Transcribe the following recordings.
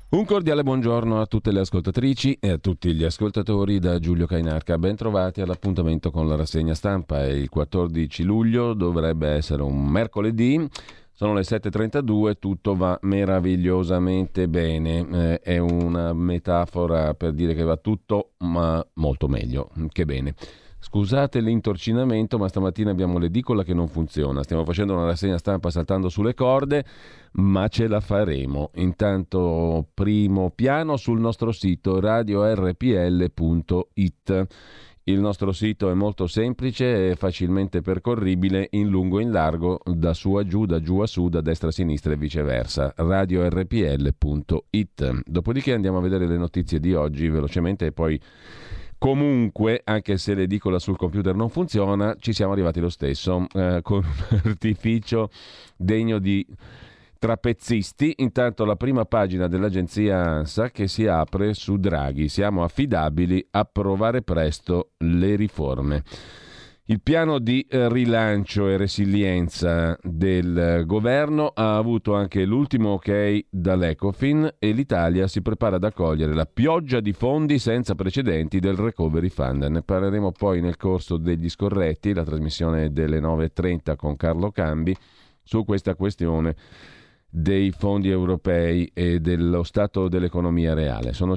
Un cordiale buongiorno a tutte le ascoltatrici e a tutti gli ascoltatori da Giulio Cainarca. Ben trovati all'appuntamento con la rassegna stampa. Il 14 luglio dovrebbe essere un mercoledì. Sono le 7.32, tutto va meravigliosamente bene. È una metafora per dire che va tutto, ma molto meglio che bene. Scusate l'intorcinamento, ma stamattina abbiamo l'edicola che non funziona. Stiamo facendo una rassegna stampa saltando sulle corde, ma ce la faremo. Intanto, primo piano sul nostro sito radiorpl.it. Il nostro sito è molto semplice e facilmente percorribile in lungo e in largo, da su a giù, da giù a su, da destra a sinistra e viceversa. radiorpl.it. Dopodiché andiamo a vedere le notizie di oggi velocemente e poi comunque, anche se l'edicola sul computer non funziona, ci siamo arrivati lo stesso, con un artificio degno di trapezzisti. Intanto la prima pagina dell'agenzia ANSA che si apre su Draghi. Siamo affidabili, approvare presto le riforme. Il piano di rilancio e resilienza del governo ha avuto anche l'ultimo ok dall'Ecofin e l'Italia si prepara ad accogliere la pioggia di fondi senza precedenti del Recovery Fund. Ne parleremo poi nel corso degli scorretti, la trasmissione delle 9.30 con Carlo Cambi, su questa questione dei fondi europei e dello stato dell'economia reale. Sono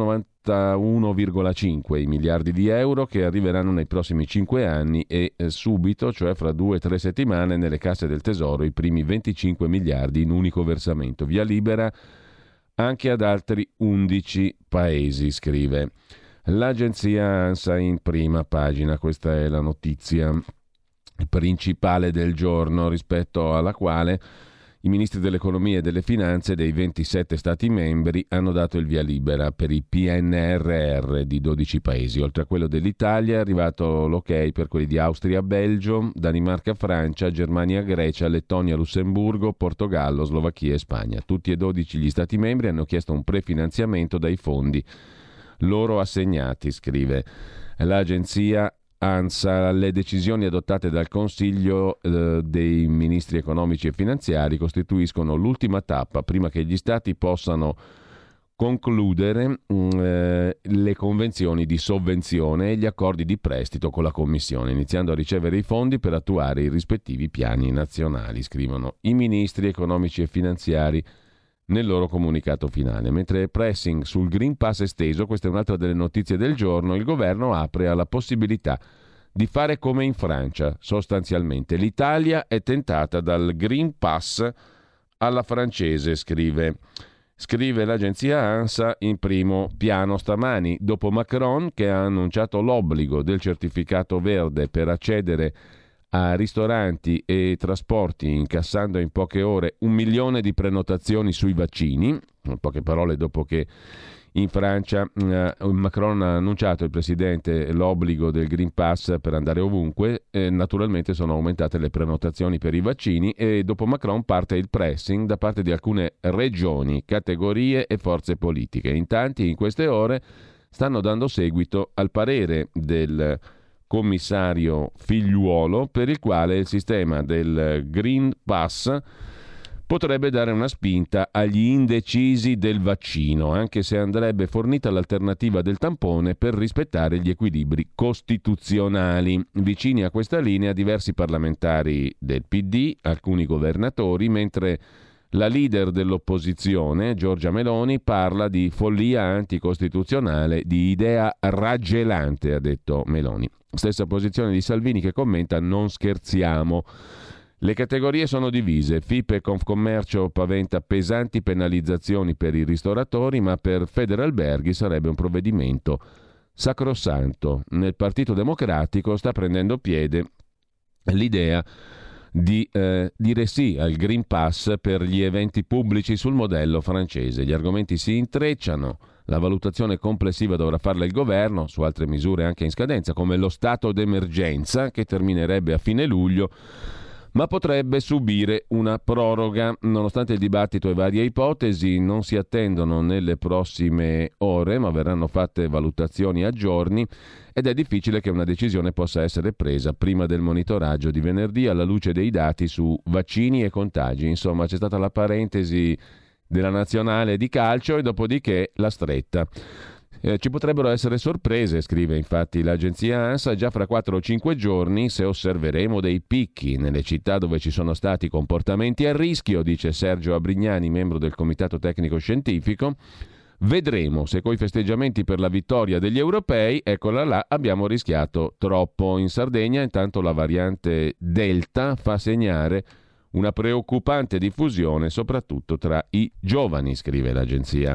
191,5 i miliardi di euro che arriveranno nei prossimi 5 anni e subito, cioè fra 2 o 3 settimane, nelle casse del Tesoro i primi 25 miliardi in unico versamento. Via libera anche ad altri 11 paesi, scrive l'agenzia ANSA in prima pagina. Questa è la notizia principale del giorno, rispetto alla quale i ministri dell'economia e delle finanze dei 27 Stati membri hanno dato il via libera per il PNRR di 12 paesi. Oltre a quello dell'Italia è arrivato l'ok per quelli di Austria, Belgio, Danimarca, Francia, Germania, Grecia, Lettonia, Lussemburgo, Portogallo, Slovacchia e Spagna. Tutti e 12 gli Stati membri hanno chiesto un prefinanziamento dai fondi loro assegnati, scrive l'agenzia ANSA. Le decisioni adottate dal Consiglio dei ministri economici e finanziari costituiscono l'ultima tappa prima che gli Stati possano concludere le convenzioni di sovvenzione e gli accordi di prestito con la Commissione, iniziando a ricevere i fondi per attuare i rispettivi piani nazionali, scrivono i ministri economici e finanziari nel loro comunicato finale. Mentre pressing sul Green Pass esteso, questa è un'altra delle notizie del giorno, il governo apre alla possibilità di fare come in Francia, sostanzialmente. L'Italia è tentata dal Green Pass alla francese, scrive l'agenzia ANSA in primo piano stamani, dopo Macron che ha annunciato l'obbligo del certificato verde per accedere a ristoranti e trasporti, incassando in poche ore 1 milione di prenotazioni sui vaccini. In poche parole, dopo che in Francia Macron ha annunciato, il presidente, l'obbligo del Green Pass per andare ovunque, naturalmente sono aumentate le prenotazioni per i vaccini e dopo Macron parte il pressing da parte di alcune regioni, categorie e forze politiche. In tanti in queste ore stanno dando seguito al parere del commissario Figliuolo, per il quale il sistema del Green Pass potrebbe dare una spinta agli indecisi del vaccino, anche se andrebbe fornita l'alternativa del tampone per rispettare gli equilibri costituzionali. Vicini a questa linea diversi parlamentari del PD, alcuni governatori, mentre la leader dell'opposizione, Giorgia Meloni, parla di follia anticostituzionale, di idea raggelante, ha detto Meloni. Stessa posizione di Salvini che commenta: non scherziamo. Le categorie sono divise. FIP e Confcommercio paventa pesanti penalizzazioni per i ristoratori, ma per Federalberghi sarebbe un provvedimento sacrosanto. Nel Partito Democratico sta prendendo piede l'idea di dire sì al Green Pass per gli eventi pubblici sul modello francese. Gli argomenti si intrecciano. La valutazione complessiva dovrà farla il governo su altre misure anche in scadenza, come lo stato d'emergenza che terminerebbe a fine luglio, ma potrebbe subire una proroga. Nonostante il dibattito e varie ipotesi, non si attendono nelle prossime ore, ma verranno fatte valutazioni a giorni ed è difficile che una decisione possa essere presa prima del monitoraggio di venerdì alla luce dei dati su vaccini e contagi. Insomma, c'è stata la parentesi della nazionale di calcio e dopodiché la stretta. Ci potrebbero essere sorprese, scrive infatti l'agenzia ANSA, già fra 4 o 5 giorni se osserveremo dei picchi nelle città dove ci sono stati comportamenti a rischio, dice Sergio Abrignani, membro del Comitato Tecnico Scientifico. Vedremo se coi festeggiamenti per la vittoria degli europei, eccola là, abbiamo rischiato troppo. In Sardegna intanto la variante Delta fa segnare una preoccupante diffusione soprattutto tra i giovani, scrive l'agenzia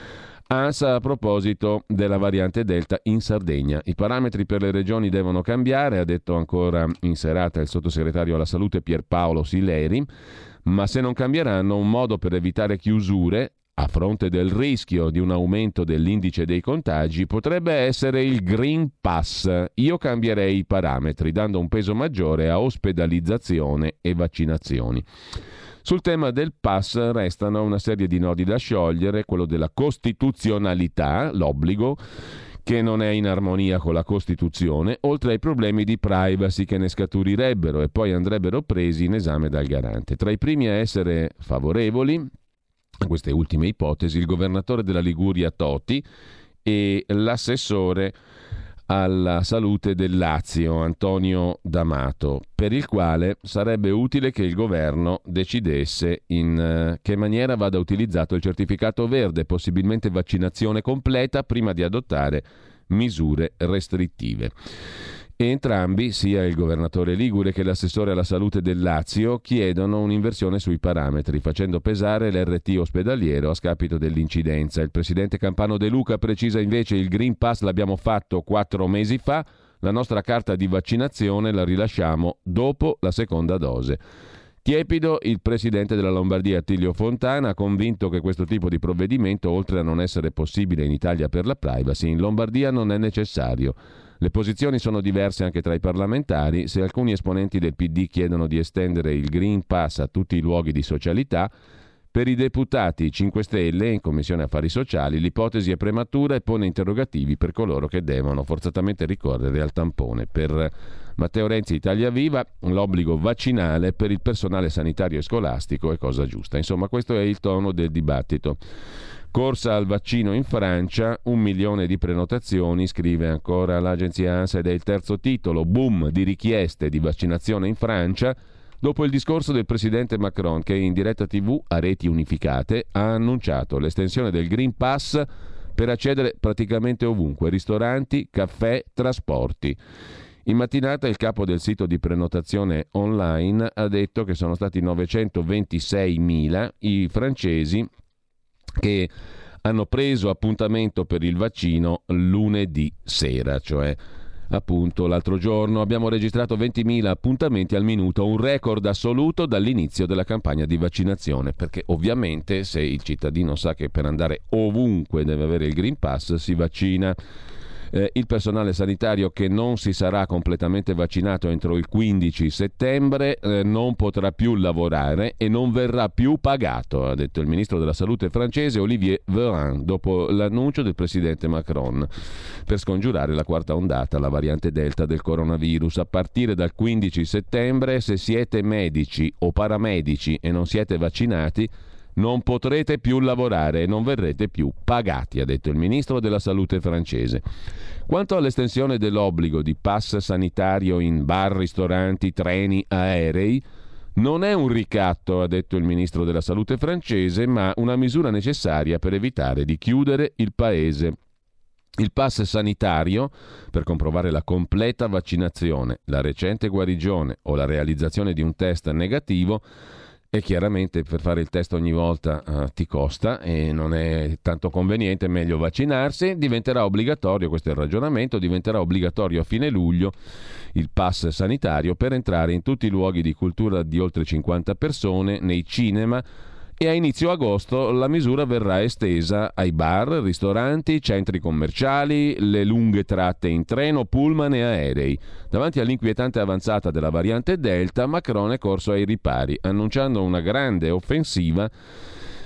ANSA a proposito della variante Delta in Sardegna. I parametri per le regioni devono cambiare, ha detto ancora in serata il sottosegretario alla salute Pierpaolo Sileri, ma se non cambieranno un modo per evitare chiusure a fronte del rischio di un aumento dell'indice dei contagi potrebbe essere il Green Pass. Io cambierei i parametri dando un peso maggiore a ospedalizzazione e vaccinazioni. Sul tema del pass restano una serie di nodi da sciogliere, quello della costituzionalità, l'obbligo, che non è in armonia con la Costituzione, oltre ai problemi di privacy che ne scaturirebbero e poi andrebbero presi in esame dal garante. Tra i primi a essere favorevoli a queste ultime ipotesi il governatore della Liguria Toti e l'assessore alla salute del Lazio, Antonio D'Amato, per il quale sarebbe utile che il governo decidesse in che maniera vada utilizzato il certificato verde, possibilmente vaccinazione completa, prima di adottare misure restrittive. Entrambi, sia il governatore ligure che l'assessore alla salute del Lazio, chiedono un'inversione sui parametri, facendo pesare l'RT ospedaliero a scapito dell'incidenza. Il presidente campano De Luca precisa invece: il Green Pass l'abbiamo fatto 4 mesi fa, la nostra carta di vaccinazione la rilasciamo dopo la seconda dose. Tiepido il presidente della Lombardia Attilio Fontana, convinto che questo tipo di provvedimento, oltre a non essere possibile in Italia per la privacy, in Lombardia non è necessario. Le posizioni sono diverse anche tra i parlamentari. Se alcuni esponenti del PD chiedono di estendere il Green Pass a tutti i luoghi di socialità, per i deputati 5 Stelle in Commissione Affari Sociali l'ipotesi è prematura e pone interrogativi per coloro che devono forzatamente ricorrere al tampone. Per Matteo Renzi, Italia Viva, l'obbligo vaccinale per il personale sanitario e scolastico è cosa giusta. Insomma, questo è il tono del dibattito. Corsa al vaccino in Francia, 1 milione di prenotazioni, scrive ancora l'agenzia ANSA, ed è il terzo titolo, boom di richieste di vaccinazione in Francia, dopo il discorso del presidente Macron che in diretta TV a reti unificate ha annunciato l'estensione del Green Pass per accedere praticamente ovunque, ristoranti, caffè, trasporti. In mattinata il capo del sito di prenotazione online ha detto che sono stati 926.000 i francesi che hanno preso appuntamento per il vaccino lunedì sera, cioè appunto l'altro giorno. Abbiamo registrato 20.000 appuntamenti al minuto, un record assoluto dall'inizio della campagna di vaccinazione, perché ovviamente se il cittadino sa che per andare ovunque deve avere il Green Pass si vaccina. Il personale sanitario che non si sarà completamente vaccinato entro il 15 settembre non potrà più lavorare e non verrà più pagato, ha detto il ministro della salute francese Olivier Véran dopo l'annuncio del presidente Macron per scongiurare la quarta ondata, la variante Delta del coronavirus. A partire dal 15 settembre, se siete medici o paramedici e non siete vaccinati, non potrete più lavorare e non verrete più pagati, ha detto il ministro della salute francese. Quanto all'estensione dell'obbligo di pass sanitario in bar, ristoranti, treni, aerei, non è un ricatto, ha detto il ministro della salute francese, ma una misura necessaria per evitare di chiudere il paese. Il pass sanitario, per comprovare la completa vaccinazione, la recente guarigione o la realizzazione di un test negativo, e chiaramente per fare il test ogni volta ti costa e non è tanto conveniente, è meglio vaccinarsi. Diventerà obbligatorio, questo è il ragionamento, diventerà obbligatorio a fine luglio il pass sanitario per entrare in tutti i luoghi di cultura di oltre 50 persone, nei cinema, e a inizio agosto la misura verrà estesa ai bar, ristoranti, centri commerciali, le lunghe tratte in treno, pullman e aerei. Davanti all'inquietante avanzata della variante Delta, Macron è corso ai ripari, annunciando una grande offensiva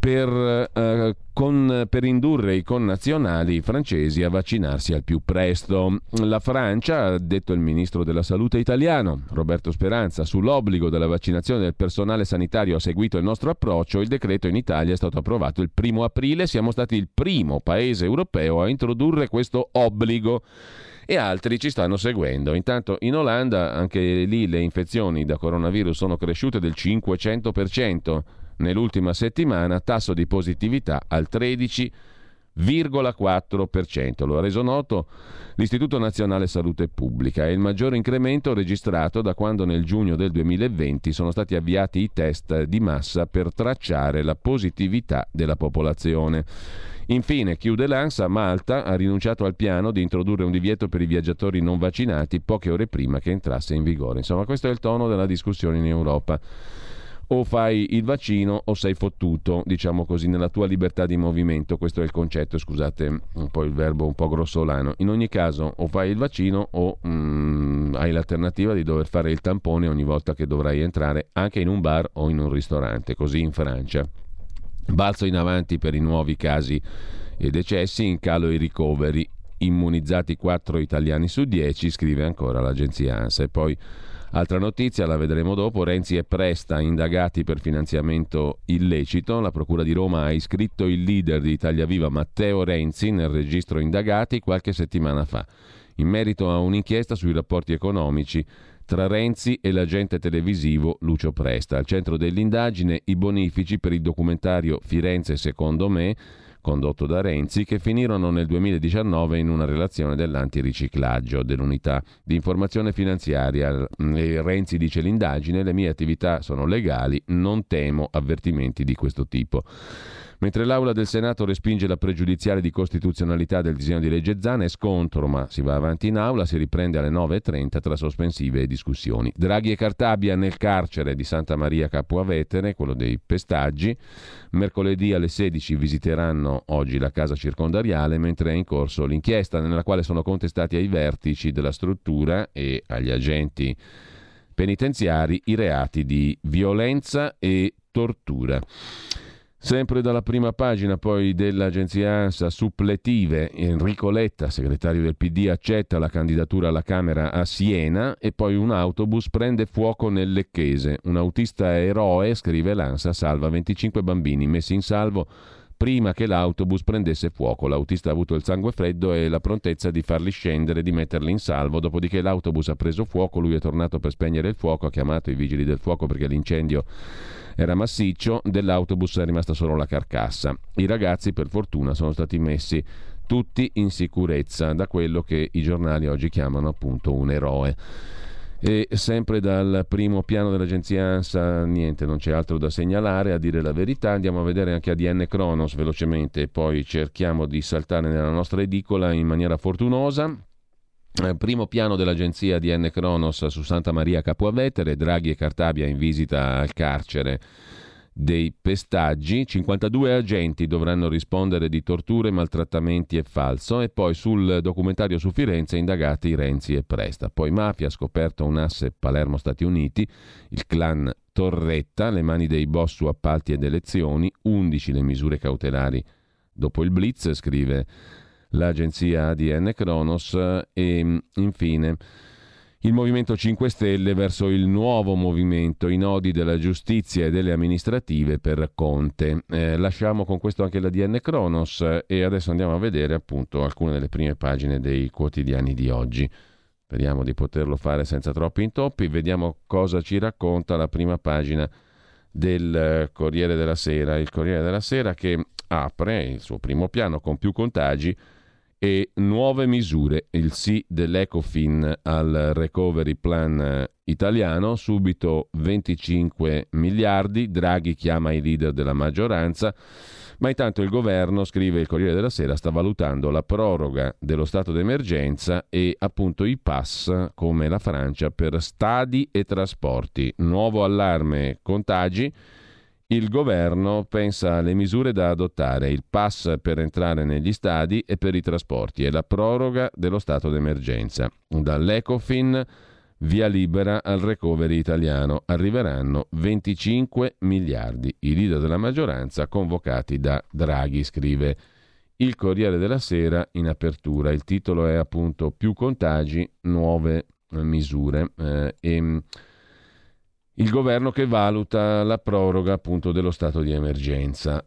per indurre i connazionali francesi a vaccinarsi al più presto. La Francia, ha detto il ministro della Salute italiano, Roberto Speranza, sull'obbligo della vaccinazione del personale sanitario ha seguito il nostro approccio. Il decreto in Italia è stato approvato il 1° aprile, siamo stati il primo paese europeo a introdurre questo obbligo e altri ci stanno seguendo. Intanto in Olanda anche lì le infezioni da coronavirus sono cresciute del 500%. Nell'ultima settimana tasso di positività al 13,4%. Lo ha reso noto l'Istituto Nazionale Salute Pubblica. È il maggiore incremento registrato da quando nel giugno del 2020 sono stati avviati i test di massa per tracciare la positività della popolazione. Infine, chiude l'ANSA, Malta ha rinunciato al piano di introdurre un divieto per i viaggiatori non vaccinati poche ore prima che entrasse in vigore. Insomma, questo è il tono della discussione in Europa. O fai il vaccino o sei fottuto, diciamo così, nella tua libertà di movimento. Questo è il concetto, scusate un po' il verbo un po' grossolano. In ogni caso, o fai il vaccino o hai l'alternativa di dover fare il tampone ogni volta che dovrai entrare anche in un bar o in un ristorante, così in Francia. Balzo in avanti per i nuovi casi e decessi, in calo i ricoveri, immunizzati 4 italiani su 10, scrive ancora l'agenzia ANSA. E poi altra notizia, la vedremo dopo, Renzi e Presta indagati per finanziamento illecito. La Procura di Roma ha iscritto il leader di Italia Viva Matteo Renzi nel registro indagati qualche settimana fa, in merito a un'inchiesta sui rapporti economici tra Renzi e l'agente televisivo Lucio Presta. Al centro dell'indagine i bonifici per il documentario Firenze secondo me, condotto da Renzi, che finirono nel 2019 in una relazione dell'antiriciclaggio dell'unità di informazione finanziaria. E Renzi dice: l'indagine, le mie attività sono legali, non temo avvertimenti di questo tipo. Mentre l'Aula del Senato respinge la pregiudiziale di costituzionalità del disegno di legge Zan, è scontro, ma si va avanti in Aula, si riprende alle 9:30 tra sospensive e discussioni. Draghi e Cartabia nel carcere di Santa Maria Capua Vetere, quello dei pestaggi. Mercoledì alle 16 visiteranno oggi la casa circondariale, mentre è in corso l'inchiesta nella quale sono contestati ai vertici della struttura e agli agenti penitenziari i reati di violenza e tortura. Sempre dalla prima pagina poi dell'agenzia ANSA, suppletive, Enrico Letta, segretario del PD, accetta la candidatura alla Camera a Siena. E poi un autobus prende fuoco nel Lecchese. Un autista eroe, scrive l'ANSA, salva 25 bambini messi in salvo prima che l'autobus prendesse fuoco. L'autista ha avuto il sangue freddo e la prontezza di farli scendere, di metterli in salvo. Dopodiché l'autobus ha preso fuoco, lui è tornato per spegnere il fuoco, ha chiamato i vigili del fuoco perché l'incendio era massiccio, dell'autobus è rimasta solo la carcassa. I ragazzi, per fortuna, sono stati messi tutti in sicurezza da quello che i giornali oggi chiamano appunto un eroe. E sempre dal primo piano dell'agenzia ANSA niente, non c'è altro da segnalare, a dire la verità. Andiamo a vedere anche ADN Cronos velocemente e poi cerchiamo di saltare nella nostra edicola in maniera fortunosa. Primo piano dell'agenzia ADN Cronos su Santa Maria Capua Vetere, Draghi e Cartabia in visita al carcere dei pestaggi. 52 agenti dovranno rispondere di torture, maltrattamenti e falso. E poi sul documentario su Firenze indagati Renzi e Presta. Poi mafia, scoperto un asse Palermo-Stati Uniti, il clan Torretta, le mani dei boss su appalti ed elezioni, 11 le misure cautelari dopo il blitz, scrive l'agenzia ADN Cronos. E infine il Movimento 5 Stelle verso il nuovo movimento, i nodi della giustizia e delle amministrative per Conte. Lasciamo con questo anche l'ADN Cronos e adesso andiamo a vedere appunto alcune delle prime pagine dei quotidiani di oggi. Speriamo di poterlo fare senza troppi intoppi. Vediamo cosa ci racconta la prima pagina del Corriere della Sera. Il Corriere della Sera che apre il suo primo piano con più contagi e nuove misure, il sì dell'Ecofin al recovery plan italiano, subito 25 miliardi, Draghi chiama i leader della maggioranza, ma intanto il governo, scrive il Corriere della Sera, sta valutando la proroga dello stato d'emergenza e appunto i pass come la Francia per stadi e trasporti. Nuovo allarme contagi. Il governo pensa alle misure da adottare, il pass per entrare negli stadi e per i trasporti e la proroga dello stato d'emergenza. Dall'Ecofin via libera al recovery italiano. Arriveranno 25 miliardi. I leader della maggioranza convocati da Draghi, scrive il Corriere della Sera in apertura. Il titolo è appunto più contagi, nuove misure. Il governo che valuta la proroga appunto dello stato di emergenza.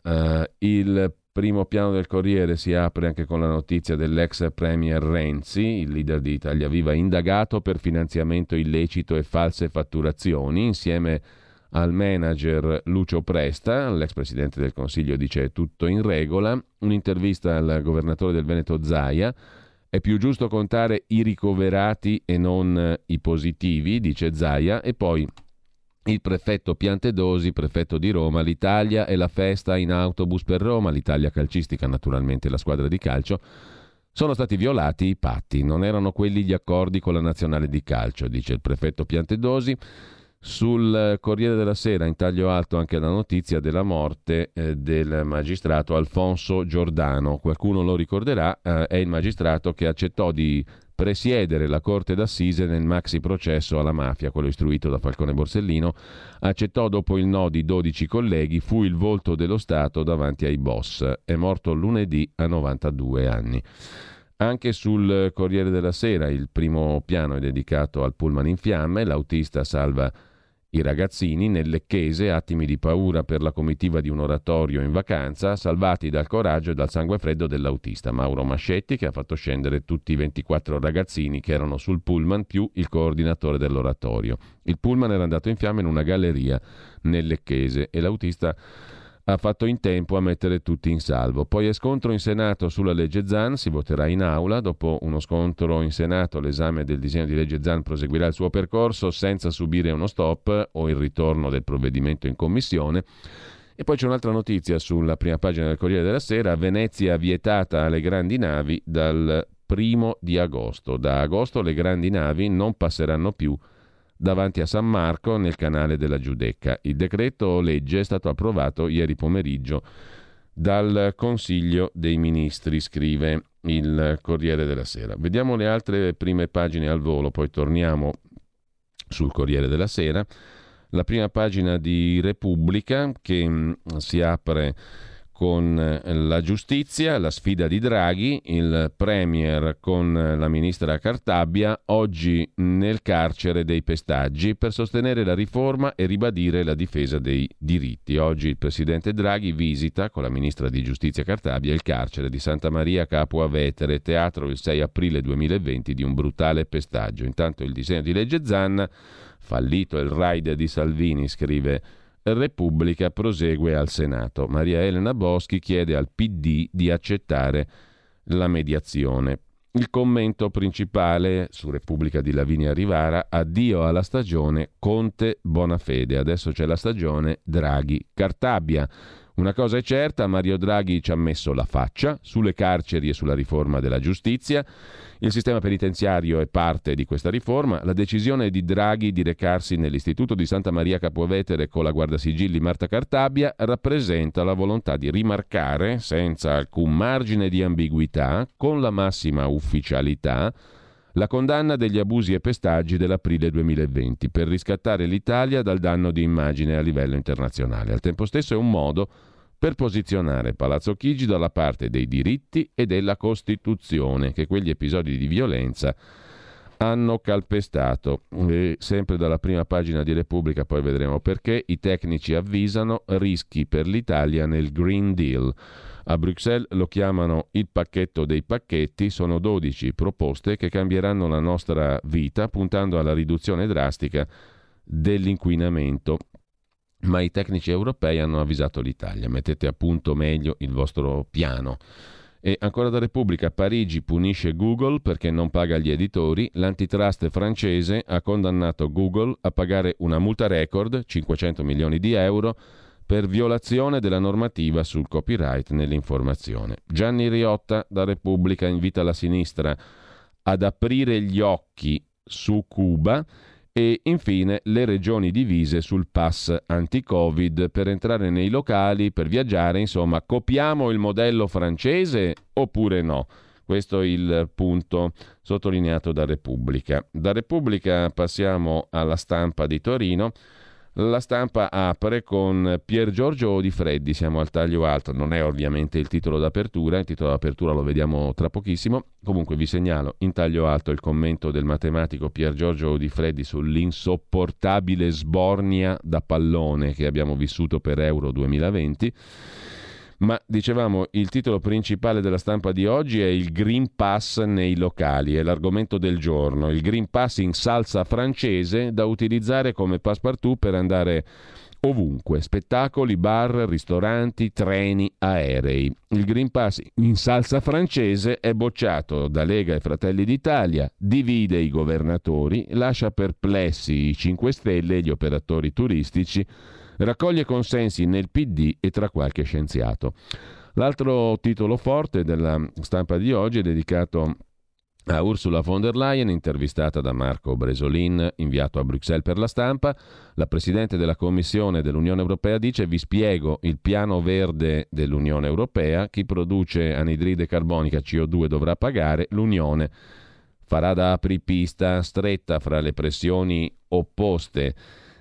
Il primo piano del Corriere si apre anche con la notizia dell'ex premier Renzi, il leader di Italia Viva, indagato per finanziamento illecito e false fatturazioni, insieme al manager Lucio Presta. L'ex presidente del Consiglio dice tutto in regola. Un'intervista al governatore del Veneto Zaia: è più giusto contare i ricoverati e non i positivi, dice Zaia. E poi il prefetto Piantedosi, prefetto di Roma: l'Italia è la festa in autobus per Roma, l'Italia calcistica naturalmente, la squadra di calcio. Sono stati violati i patti, non erano quelli gli accordi con la nazionale di calcio, dice il prefetto Piantedosi. Sul Corriere della Sera, in taglio alto, anche la notizia della morte del magistrato Alfonso Giordano. Qualcuno lo ricorderà, è il magistrato che accettò di presiedere la Corte d'Assise nel maxi processo alla mafia, quello istruito da Falcone Borsellino. Accettò dopo il no di 12 colleghi, fu il volto dello Stato davanti ai boss. È morto lunedì a 92 anni. Anche sul Corriere della Sera il primo piano è dedicato al pullman in fiamme, l'autista salva i ragazzini. Nel Lecchese, attimi di paura per la comitiva di un oratorio in vacanza, salvati dal coraggio e dal sangue freddo dell'autista Mauro Mascetti, che ha fatto scendere tutti i 24 ragazzini che erano sul pullman più il coordinatore dell'oratorio. Il pullman era andato in fiamme in una galleria nel Lecchese e l'autista ha fatto in tempo a mettere tutti in salvo. Poi è scontro in Senato sulla legge Zan, si voterà in aula. Dopo uno scontro in Senato, l'esame del disegno di legge Zan proseguirà il suo percorso senza subire uno stop o il ritorno del provvedimento in commissione. E poi c'è un'altra notizia sulla prima pagina del Corriere della Sera: Venezia vietata alle grandi navi dal 1° agosto. Da agosto le grandi navi non passeranno più davanti a San Marco nel canale della Giudecca. Il decreto legge è stato approvato ieri pomeriggio dal Consiglio dei Ministri, scrive il Corriere della Sera. Vediamo le altre prime pagine al volo, poi torniamo sul Corriere della Sera. La prima pagina di Repubblica, che si apre con la giustizia, la sfida di Draghi, il premier con la ministra Cartabia, oggi nel carcere dei pestaggi per sostenere la riforma e ribadire la difesa dei diritti. Oggi il presidente Draghi visita con la ministra di giustizia Cartabia il carcere di Santa Maria Capua Vetere, teatro il 6 aprile 2020 di un brutale pestaggio. Intanto il disegno di legge Zan, fallito il raid di Salvini, scrive Repubblica, prosegue al Senato. Maria Elena Boschi chiede al PD di accettare la mediazione. Il commento principale su Repubblica di Lavinia Rivara: addio alla stagione Conte-Bonafede, adesso c'è la stagione Draghi-Cartabia. Una cosa è certa, Mario Draghi ci ha messo la faccia sulle carceri e sulla riforma della giustizia. Il sistema penitenziario è parte di questa riforma. La decisione di Draghi di recarsi nell'istituto di Santa Maria Capua Vetere con la guardasigilli Marta Cartabia rappresenta la volontà di rimarcare, senza alcun margine di ambiguità, con la massima ufficialità, la condanna degli abusi e pestaggi dell'aprile 2020 per riscattare l'Italia dal danno di immagine a livello internazionale. Al tempo stesso è un modo per posizionare Palazzo Chigi dalla parte dei diritti e della Costituzione che quegli episodi di violenza hanno calpestato. E sempre dalla prima pagina di Repubblica, poi vedremo perché, i tecnici avvisano rischi per l'Italia nel Green Deal. A Bruxelles lo chiamano il pacchetto dei pacchetti, sono 12 proposte che cambieranno la nostra vita puntando alla riduzione drastica dell'inquinamento. Ma i tecnici europei hanno avvisato l'Italia: mettete a punto meglio il vostro piano. E ancora da Repubblica: Parigi punisce Google perché non paga gli editori. L'antitrust francese ha condannato Google a pagare una multa record, 500 milioni di euro, per violazione della normativa sul copyright nell'informazione. Gianni Riotta da Repubblica invita la sinistra ad aprire gli occhi su Cuba. E infine le regioni divise sul pass anti-Covid per entrare nei locali, per viaggiare, insomma, copiamo il modello francese oppure no? Questo è il punto sottolineato da Repubblica. Da Repubblica passiamo alla Stampa di Torino. La Stampa apre con Pier Giorgio Di Freddi, siamo al taglio alto, non è ovviamente il titolo d'apertura, il titolo d'apertura lo vediamo tra pochissimo, comunque vi segnalo in taglio alto il commento del matematico Pier Giorgio Di Freddi sull'insopportabile sbornia da pallone che abbiamo vissuto per Euro 2020. Ma dicevamo, il titolo principale della Stampa di oggi è il Green Pass nei locali, è l'argomento del giorno. Il Green Pass in salsa francese da utilizzare come passepartout per andare ovunque, spettacoli, bar, ristoranti, treni, aerei. Il Green Pass in salsa francese è bocciato da Lega e Fratelli d'Italia, divide i governatori, lascia perplessi i 5 Stelle e gli operatori turistici, raccoglie consensi nel PD e tra qualche scienziato. L'altro titolo forte della Stampa di oggi è dedicato a Ursula von der Leyen, intervistata da Marco Bresolin, inviato a Bruxelles per la Stampa. La Presidente della Commissione dell'Unione Europea dice: vi spiego il piano verde dell'Unione Europea, chi produce anidride carbonica CO2 dovrà pagare, l'Unione farà da apripista stretta fra le pressioni opposte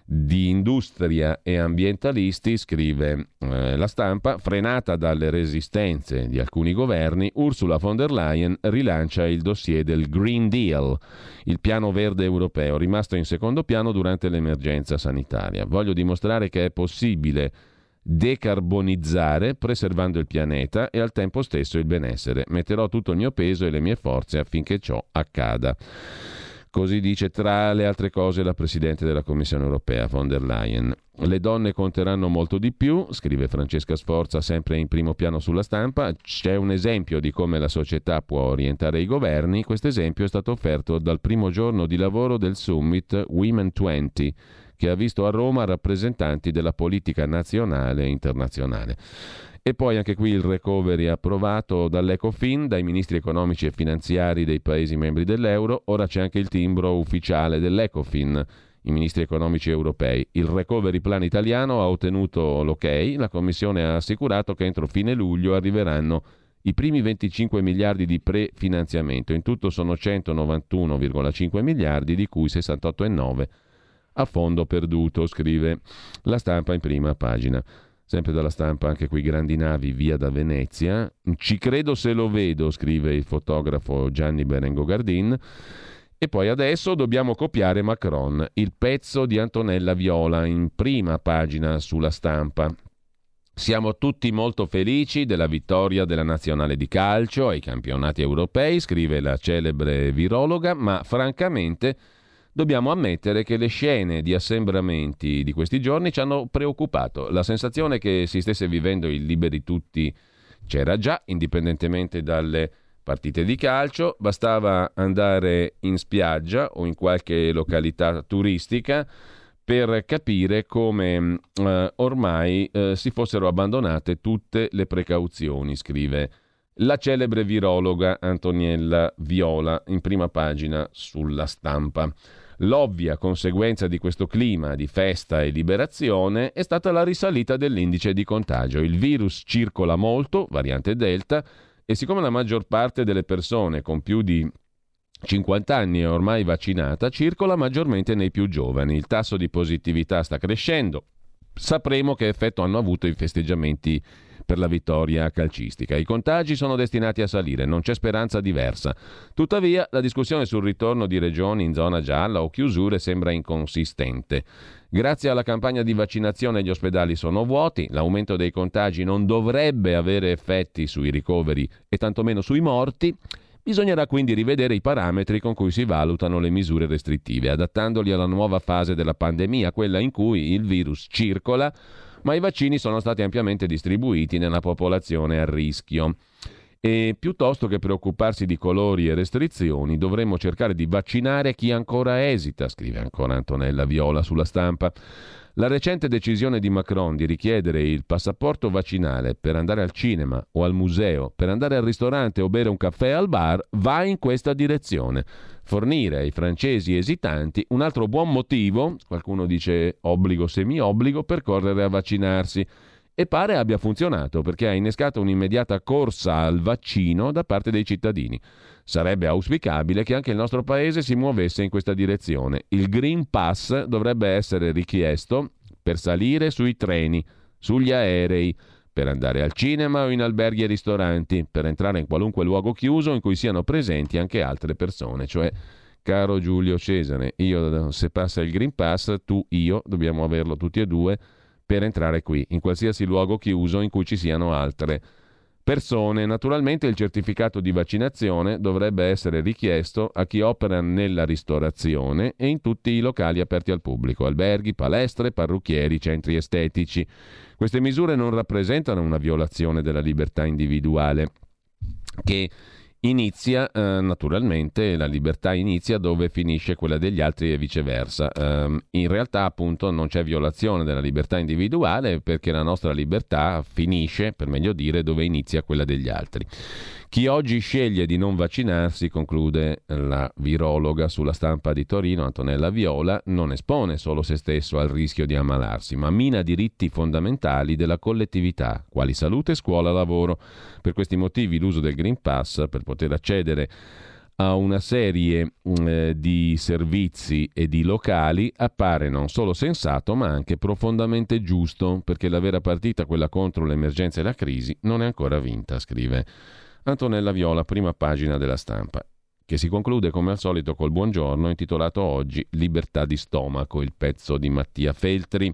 di industria e ambientalisti, scrive la Stampa. Frenata dalle resistenze di alcuni governi, Ursula von der Leyen rilancia il dossier del Green Deal, il piano verde europeo, rimasto in secondo piano durante l'emergenza sanitaria. Voglio dimostrare che è possibile decarbonizzare preservando il pianeta e al tempo stesso il benessere. Metterò tutto il mio peso e le mie forze affinché ciò accada. Così dice, tra le altre cose, la Presidente della Commissione Europea, von der Leyen. Le donne conteranno molto di più, scrive Francesca Sforza, sempre in primo piano sulla Stampa. C'è un esempio di come la società può orientare i governi. Questo esempio è stato offerto dal primo giorno di lavoro del Summit Women 20, che ha visto a Roma rappresentanti della politica nazionale e internazionale. E poi anche qui il recovery approvato dall'Ecofin, dai ministri economici e finanziari dei Paesi membri dell'euro. Ora c'è anche il timbro ufficiale dell'Ecofin, i ministri economici europei. Il recovery plan italiano ha ottenuto l'ok, la Commissione ha assicurato che entro fine luglio arriveranno i primi 25 miliardi di prefinanziamento. In tutto sono 191,5 miliardi, di cui 68,9 a fondo perduto, scrive la Stampa in prima pagina. Sempre dalla Stampa, anche qui grandi navi via da Venezia. Ci credo se lo vedo, scrive il fotografo Gianni Berengo Gardin. E poi adesso dobbiamo copiare Macron, il pezzo di Antonella Viola in prima pagina sulla Stampa. Siamo tutti molto felici della vittoria della nazionale di calcio ai campionati europei, scrive la celebre virologa, ma francamente dobbiamo ammettere che le scene di assembramenti di questi giorni ci hanno preoccupato. La sensazione che si stesse vivendo il liberi tutti c'era già, indipendentemente dalle partite di calcio. Bastava andare in spiaggia o in qualche località turistica per capire come ormai si fossero abbandonate tutte le precauzioni, scrive la celebre virologa Antonella Viola in prima pagina sulla Stampa. L'ovvia conseguenza di questo clima di festa e liberazione è stata la risalita dell'indice di contagio. Il virus circola molto, variante Delta, e siccome la maggior parte delle persone con più di 50 anni è ormai vaccinata, circola maggiormente nei più giovani. Il tasso di positività sta crescendo. Sapremo che effetto hanno avuto i festeggiamenti per la vittoria calcistica. I contagi sono destinati a salire, non c'è speranza diversa. Tuttavia, la discussione sul ritorno di regioni in zona gialla o chiusure sembra inconsistente. Grazie alla campagna di vaccinazione gli ospedali sono vuoti, l'aumento dei contagi non dovrebbe avere effetti sui ricoveri e tantomeno sui morti. Bisognerà quindi rivedere i parametri con cui si valutano le misure restrittive, adattandoli alla nuova fase della pandemia, quella in cui il virus circola, ma i vaccini sono stati ampiamente distribuiti nella popolazione a rischio. E piuttosto che preoccuparsi di colori e restrizioni, dovremmo cercare di vaccinare chi ancora esita, scrive ancora Antonella Viola sulla Stampa. La recente decisione di Macron di richiedere il passaporto vaccinale per andare al cinema o al museo, per andare al ristorante o bere un caffè al bar, va in questa direzione. Fornire ai francesi esitanti un altro buon motivo, qualcuno dice obbligo, semi-obbligo, per correre a vaccinarsi. E pare abbia funzionato, perché ha innescato un'immediata corsa al vaccino da parte dei cittadini. Sarebbe auspicabile che anche il nostro paese si muovesse in questa direzione. Il Green Pass dovrebbe essere richiesto per salire sui treni, sugli aerei, per andare al cinema o in alberghi e ristoranti, per entrare in qualunque luogo chiuso in cui siano presenti anche altre persone. Cioè, caro Giulio Cesare, io, se passa il Green Pass, tu, io, dobbiamo averlo tutti e due per entrare qui, in qualsiasi luogo chiuso in cui ci siano altre persone. Naturalmente il certificato di vaccinazione dovrebbe essere richiesto a chi opera nella ristorazione e in tutti i locali aperti al pubblico, alberghi, palestre, parrucchieri, centri estetici. Queste misure non rappresentano una violazione della libertà individuale, che inizia, naturalmente, la libertà inizia dove finisce quella degli altri e viceversa. In realtà, appunto, non c'è violazione della libertà individuale, perché la nostra libertà finisce, per meglio dire, dove inizia quella degli altri. Chi oggi sceglie di non vaccinarsi, conclude la virologa sulla Stampa di Torino, Antonella Viola, non espone solo se stesso al rischio di ammalarsi, ma mina diritti fondamentali della collettività, quali salute, scuola, lavoro. Per questi motivi l'uso del Green Pass per poter accedere a una serie di servizi e di locali appare non solo sensato ma anche profondamente giusto, perché la vera partita, quella contro l'emergenza e la crisi, non è ancora vinta, scrive Antonella Viola, prima pagina della Stampa, che si conclude come al solito col buongiorno intitolato oggi Libertà di stomaco, il pezzo di Mattia Feltri.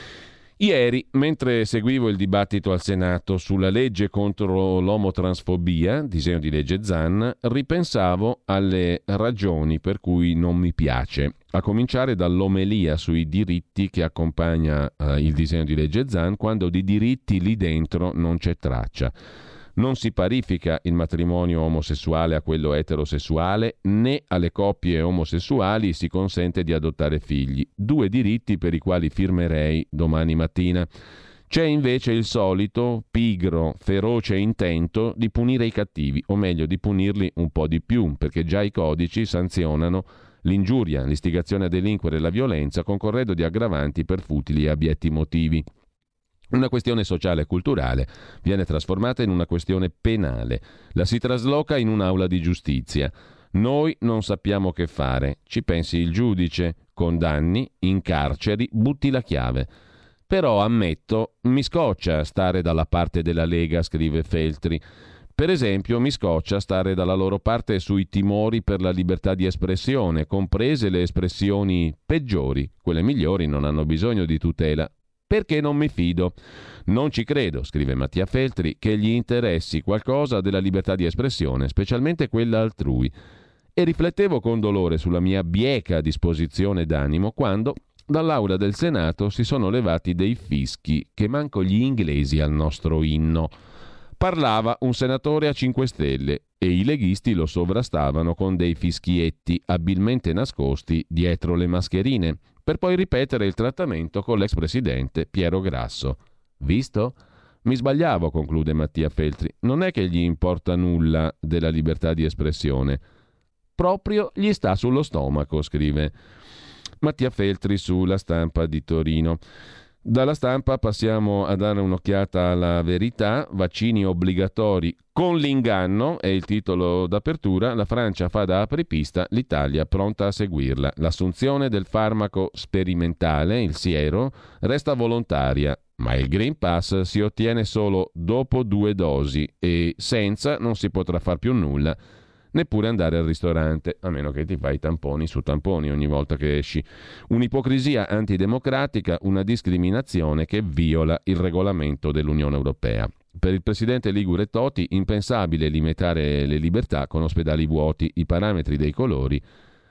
Ieri, mentre seguivo il dibattito al Senato sulla legge contro l'omotransfobia, disegno di legge Zan, ripensavo alle ragioni per cui non mi piace, a cominciare dall'omelia sui diritti che accompagna il disegno di legge Zan, quando di diritti lì dentro non c'è traccia. Non si parifica il matrimonio omosessuale a quello eterosessuale, né alle coppie omosessuali si consente di adottare figli, 2 diritti per i quali firmerei domani mattina. C'è invece il solito, pigro, feroce intento di punire i cattivi, o meglio di punirli un po' di più, perché già i codici sanzionano l'ingiuria, l'istigazione a delinquere e la violenza con corredo di aggravanti per futili e abietti motivi. Una questione sociale e culturale viene trasformata in una questione penale, la si trasloca in un'aula di giustizia. Noi non sappiamo che fare, ci pensi il giudice, condanni, incarceri, butti la chiave. Però ammetto, mi scoccia stare dalla parte della Lega, scrive Feltri. Per esempio, mi scoccia stare dalla loro parte sui timori per la libertà di espressione, comprese le espressioni peggiori. Quelle migliori non hanno bisogno di tutela. Perché non mi fido. Non ci credo, scrive Mattia Feltri, che gli interessi qualcosa della libertà di espressione, specialmente quella altrui. E riflettevo con dolore sulla mia bieca disposizione d'animo quando dall'aula del Senato si sono levati dei fischi che manco gli inglesi al nostro inno. Parlava un senatore a 5 Stelle e i leghisti lo sovrastavano con dei fischietti abilmente nascosti dietro le mascherine, per poi ripetere il trattamento con l'ex presidente Piero Grasso. Visto? Mi sbagliavo, conclude Mattia Feltri. Non è che gli importa nulla della libertà di espressione. Proprio gli sta sullo stomaco, scrive Mattia Feltri sulla Stampa di Torino. Dalla Stampa passiamo a dare un'occhiata alla Verità. Vaccini obbligatori con l'inganno è il titolo d'apertura. La Francia fa da apripista, l'Italia pronta a seguirla. L'assunzione del farmaco sperimentale, il siero, resta volontaria, ma il Green Pass si ottiene solo dopo 2 dosi e senza non si potrà far più nulla, neppure andare al ristorante, a meno che ti fai tamponi su tamponi ogni volta che esci. Un'ipocrisia antidemocratica, una discriminazione che viola il regolamento dell'Unione Europea. Per il presidente ligure Toti, impensabile limitare le libertà con ospedali vuoti. I parametri dei colori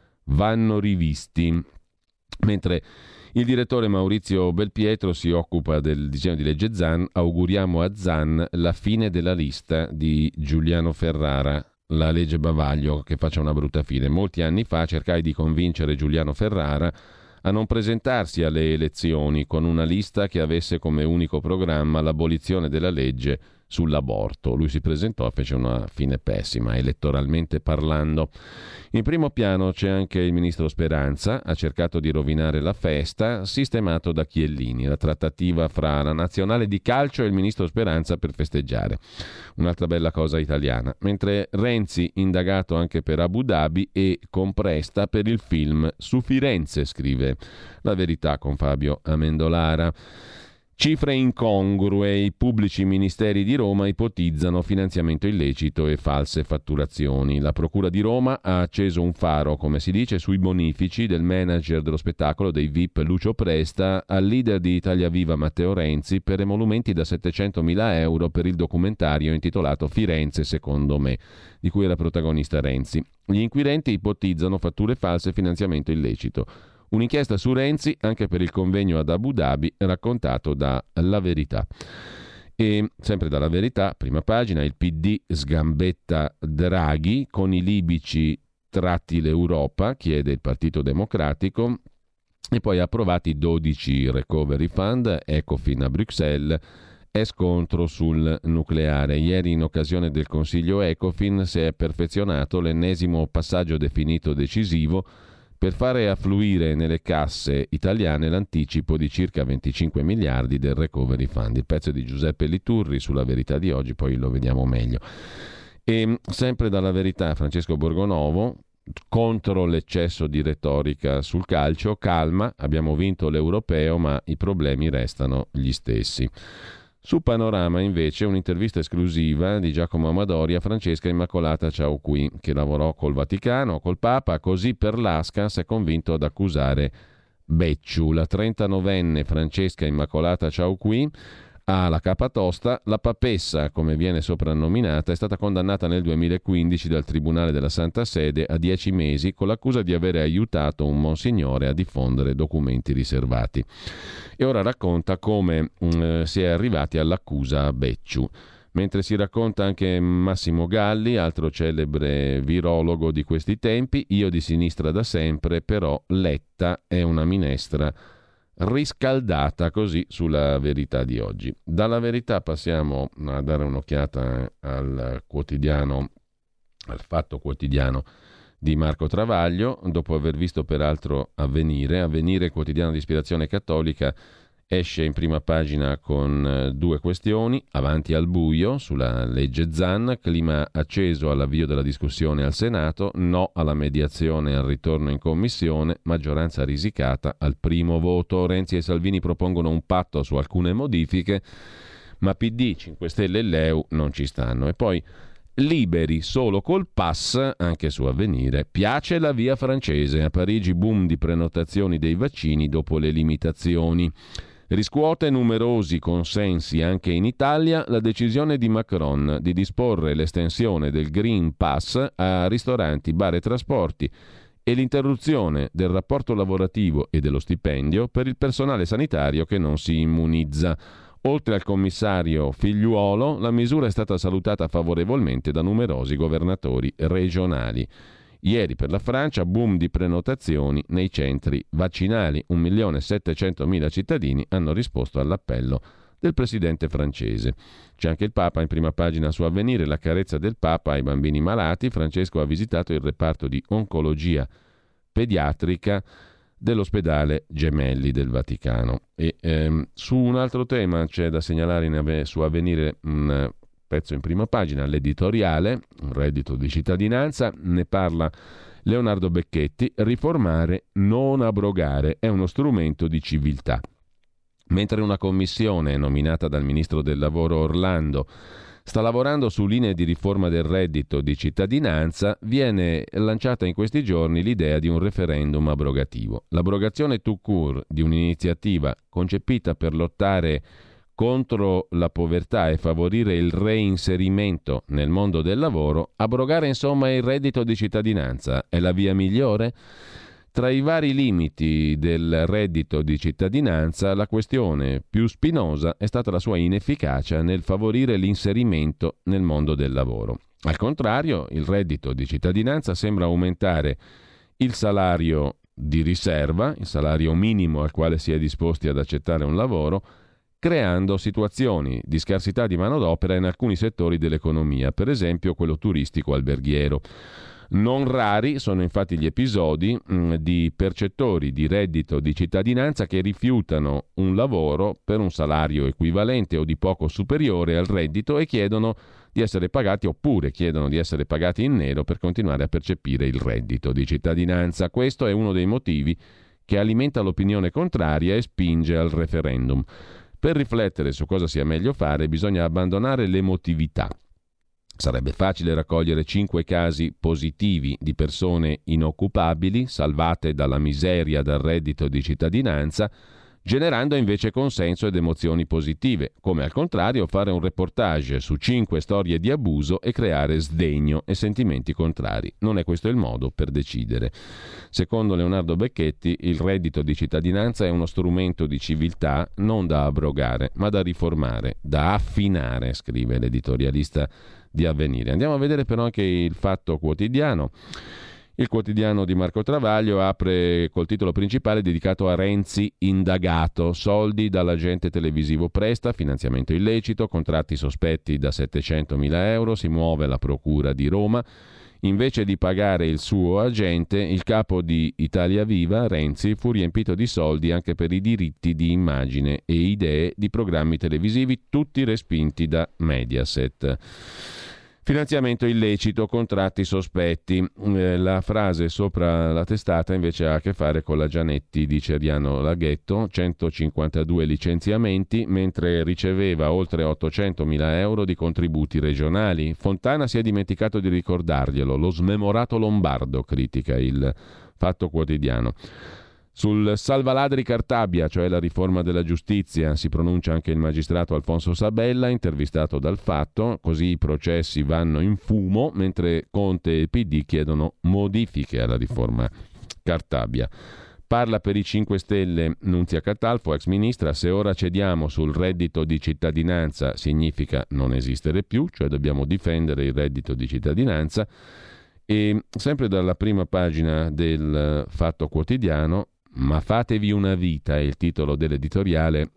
vanno rivisti. Mentre il direttore Maurizio Belpietro si occupa del disegno di legge Zan, auguriamo a Zan la fine della lista di Giuliano Ferrara, la legge bavaglio che faccia una brutta fine. Molti anni fa cercai di convincere Giuliano Ferrara a non presentarsi alle elezioni con una lista che avesse come unico programma l'abolizione della legge sull'aborto. Lui si presentò e fece una fine pessima, elettoralmente parlando. In primo piano c'è anche il ministro Speranza, ha cercato di rovinare la festa, sistemato da Chiellini, la trattativa fra la nazionale di calcio e il ministro Speranza per festeggiare. Un'altra bella cosa italiana. Mentre Renzi indagato anche per Abu Dhabi e con Presta per il film su Firenze, scrive La Verità con Fabio Amendolara. Cifre incongrue, i pubblici ministeri di Roma ipotizzano finanziamento illecito e false fatturazioni. La Procura di Roma ha acceso un faro, come si dice, sui bonifici del manager dello spettacolo dei VIP Lucio Presta al leader di Italia Viva Matteo Renzi per emolumenti da 700.000 euro per il documentario intitolato Firenze secondo me, di cui era protagonista Renzi. Gli inquirenti ipotizzano fatture false e finanziamento illecito. Un'inchiesta su Renzi anche per il convegno ad Abu Dhabi, raccontato da La Verità. E sempre dalla Verità, prima pagina, il PD sgambetta Draghi, con i libici tratti l'Europa, chiede il Partito Democratico, e poi approvati 12 recovery fund, Ecofin a Bruxelles, è scontro sul nucleare. Ieri in occasione del Consiglio Ecofin si è perfezionato l'ennesimo passaggio definito decisivo per fare affluire nelle casse italiane l'anticipo di circa 25 miliardi del Recovery Fund. Il pezzo di Giuseppe Liturri sulla Verità di oggi, poi lo vediamo meglio. E sempre dalla Verità, Francesco Borgonovo, contro l'eccesso di retorica sul calcio, calma, abbiamo vinto l'Europeo, ma i problemi restano gli stessi. Su Panorama invece un'intervista esclusiva di Giacomo Amadori a Francesca Immacolata Ciauqui, che lavorò col Vaticano, col Papa, così per l'Asca si è convinto ad accusare Becciu. La 39enne Francesca Immacolata Ciauqui alla capatosta, la papessa, come viene soprannominata, è stata condannata nel 2015 dal Tribunale della Santa Sede a 10 mesi con l'accusa di avere aiutato un monsignore a diffondere documenti riservati. E ora racconta come si è arrivati all'accusa a Becciu. Mentre si racconta anche Massimo Galli, altro celebre virologo di questi tempi, io di sinistra da sempre, però Letta è una minestra riscaldata, così sulla Verità di oggi. Dalla Verità passiamo a dare un'occhiata al quotidiano, al Fatto Quotidiano di Marco Travaglio, dopo aver visto peraltro Avvenire, quotidiano di ispirazione cattolica, esce in prima pagina con due questioni: avanti al buio sulla legge Zan, clima acceso all'avvio della discussione al Senato, no alla mediazione al ritorno in commissione, maggioranza risicata al primo voto. Renzi e Salvini propongono un patto su alcune modifiche, ma PD, 5 Stelle e Leu non ci stanno. E poi liberi solo col pass, anche su Avvenire, piace la via francese, a Parigi boom di prenotazioni dei vaccini dopo le limitazioni. Riscuote numerosi consensi anche in Italia la decisione di Macron di disporre l'estensione del Green Pass a ristoranti, bar e trasporti e l'interruzione del rapporto lavorativo e dello stipendio per il personale sanitario che non si immunizza. Oltre al commissario Figliuolo, la misura è stata salutata favorevolmente da numerosi governatori regionali. Ieri per la Francia, boom di prenotazioni nei centri vaccinali. 1.700.000 cittadini hanno risposto all'appello del presidente francese. C'è anche il Papa in prima pagina su Avvenire, la carezza del Papa ai bambini malati. Francesco ha visitato il reparto di oncologia pediatrica dell'ospedale Gemelli del Vaticano. E su un altro tema c'è da segnalare su Avvenire un pezzo in prima pagina, l'editoriale, un reddito di cittadinanza, ne parla Leonardo Becchetti: riformare, non abrogare, è uno strumento di civiltà. Mentre una commissione nominata dal ministro del lavoro Orlando sta lavorando su linee di riforma del reddito di cittadinanza, viene lanciata in questi giorni l'idea di un referendum abrogativo. L'abrogazione tout court di un'iniziativa concepita per lottare contro la povertà e favorire il reinserimento nel mondo del lavoro, abrogare insomma il reddito di cittadinanza è la via migliore? Tra i vari limiti del reddito di cittadinanza, la questione più spinosa è stata la sua inefficacia nel favorire l'inserimento nel mondo del lavoro. Al contrario, il reddito di cittadinanza sembra aumentare il salario di riserva, il salario minimo al quale si è disposti ad accettare un lavoro, creando situazioni di scarsità di manodopera in alcuni settori dell'economia, per esempio quello turistico alberghiero. Non rari sono infatti gli episodi di percettori di reddito di cittadinanza che rifiutano un lavoro per un salario equivalente o di poco superiore al reddito e chiedono di essere pagati, oppure chiedono di essere pagati in nero per continuare a percepire il reddito di cittadinanza. Questo è uno dei motivi che alimenta l'opinione contraria e spinge al referendum. Per riflettere su cosa sia meglio fare bisogna abbandonare l'emotività. Sarebbe facile raccogliere 5 casi positivi di persone inoccupabili, salvate dalla miseria dal reddito di cittadinanza, generando invece consenso ed emozioni positive, come al contrario fare un reportage su 5 storie di abuso e creare sdegno e sentimenti contrari. Non è questo il modo per decidere. Secondo Leonardo Becchetti, il reddito di cittadinanza è uno strumento di civiltà non da abrogare, ma da riformare, da affinare, scrive l'editorialista di Avvenire. Andiamo a vedere però anche il Fatto Quotidiano. Il quotidiano di Marco Travaglio apre col titolo principale dedicato a Renzi indagato, soldi dall'agente televisivo Presta, finanziamento illecito, contratti sospetti da 700.000 euro, si muove la procura di Roma. Invece di pagare il suo agente, il capo di Italia Viva, Renzi, fu riempito di soldi anche per i diritti di immagine e idee di programmi televisivi, tutti respinti da Mediaset. Finanziamento illecito, contratti sospetti. La frase sopra la testata invece ha a che fare con la Gianetti di Ceriano Laghetto, 152 licenziamenti, mentre riceveva oltre 800.000 euro di contributi regionali. Fontana si è dimenticato di ricordarglielo, lo smemorato lombardo, critica il Fatto Quotidiano. Sul salvaladri Cartabia, cioè la riforma della giustizia, si pronuncia anche il magistrato Alfonso Sabella, intervistato dal Fatto. Così i processi vanno in fumo, mentre Conte e il PD chiedono modifiche alla riforma Cartabia. Parla per i 5 Stelle Nunzia Catalfo, ex ministra: se ora cediamo sul reddito di cittadinanza significa non esistere più, cioè dobbiamo difendere il reddito di cittadinanza. E sempre dalla prima pagina del Fatto Quotidiano, ma fatevi una vita, è il titolo dell'editoriale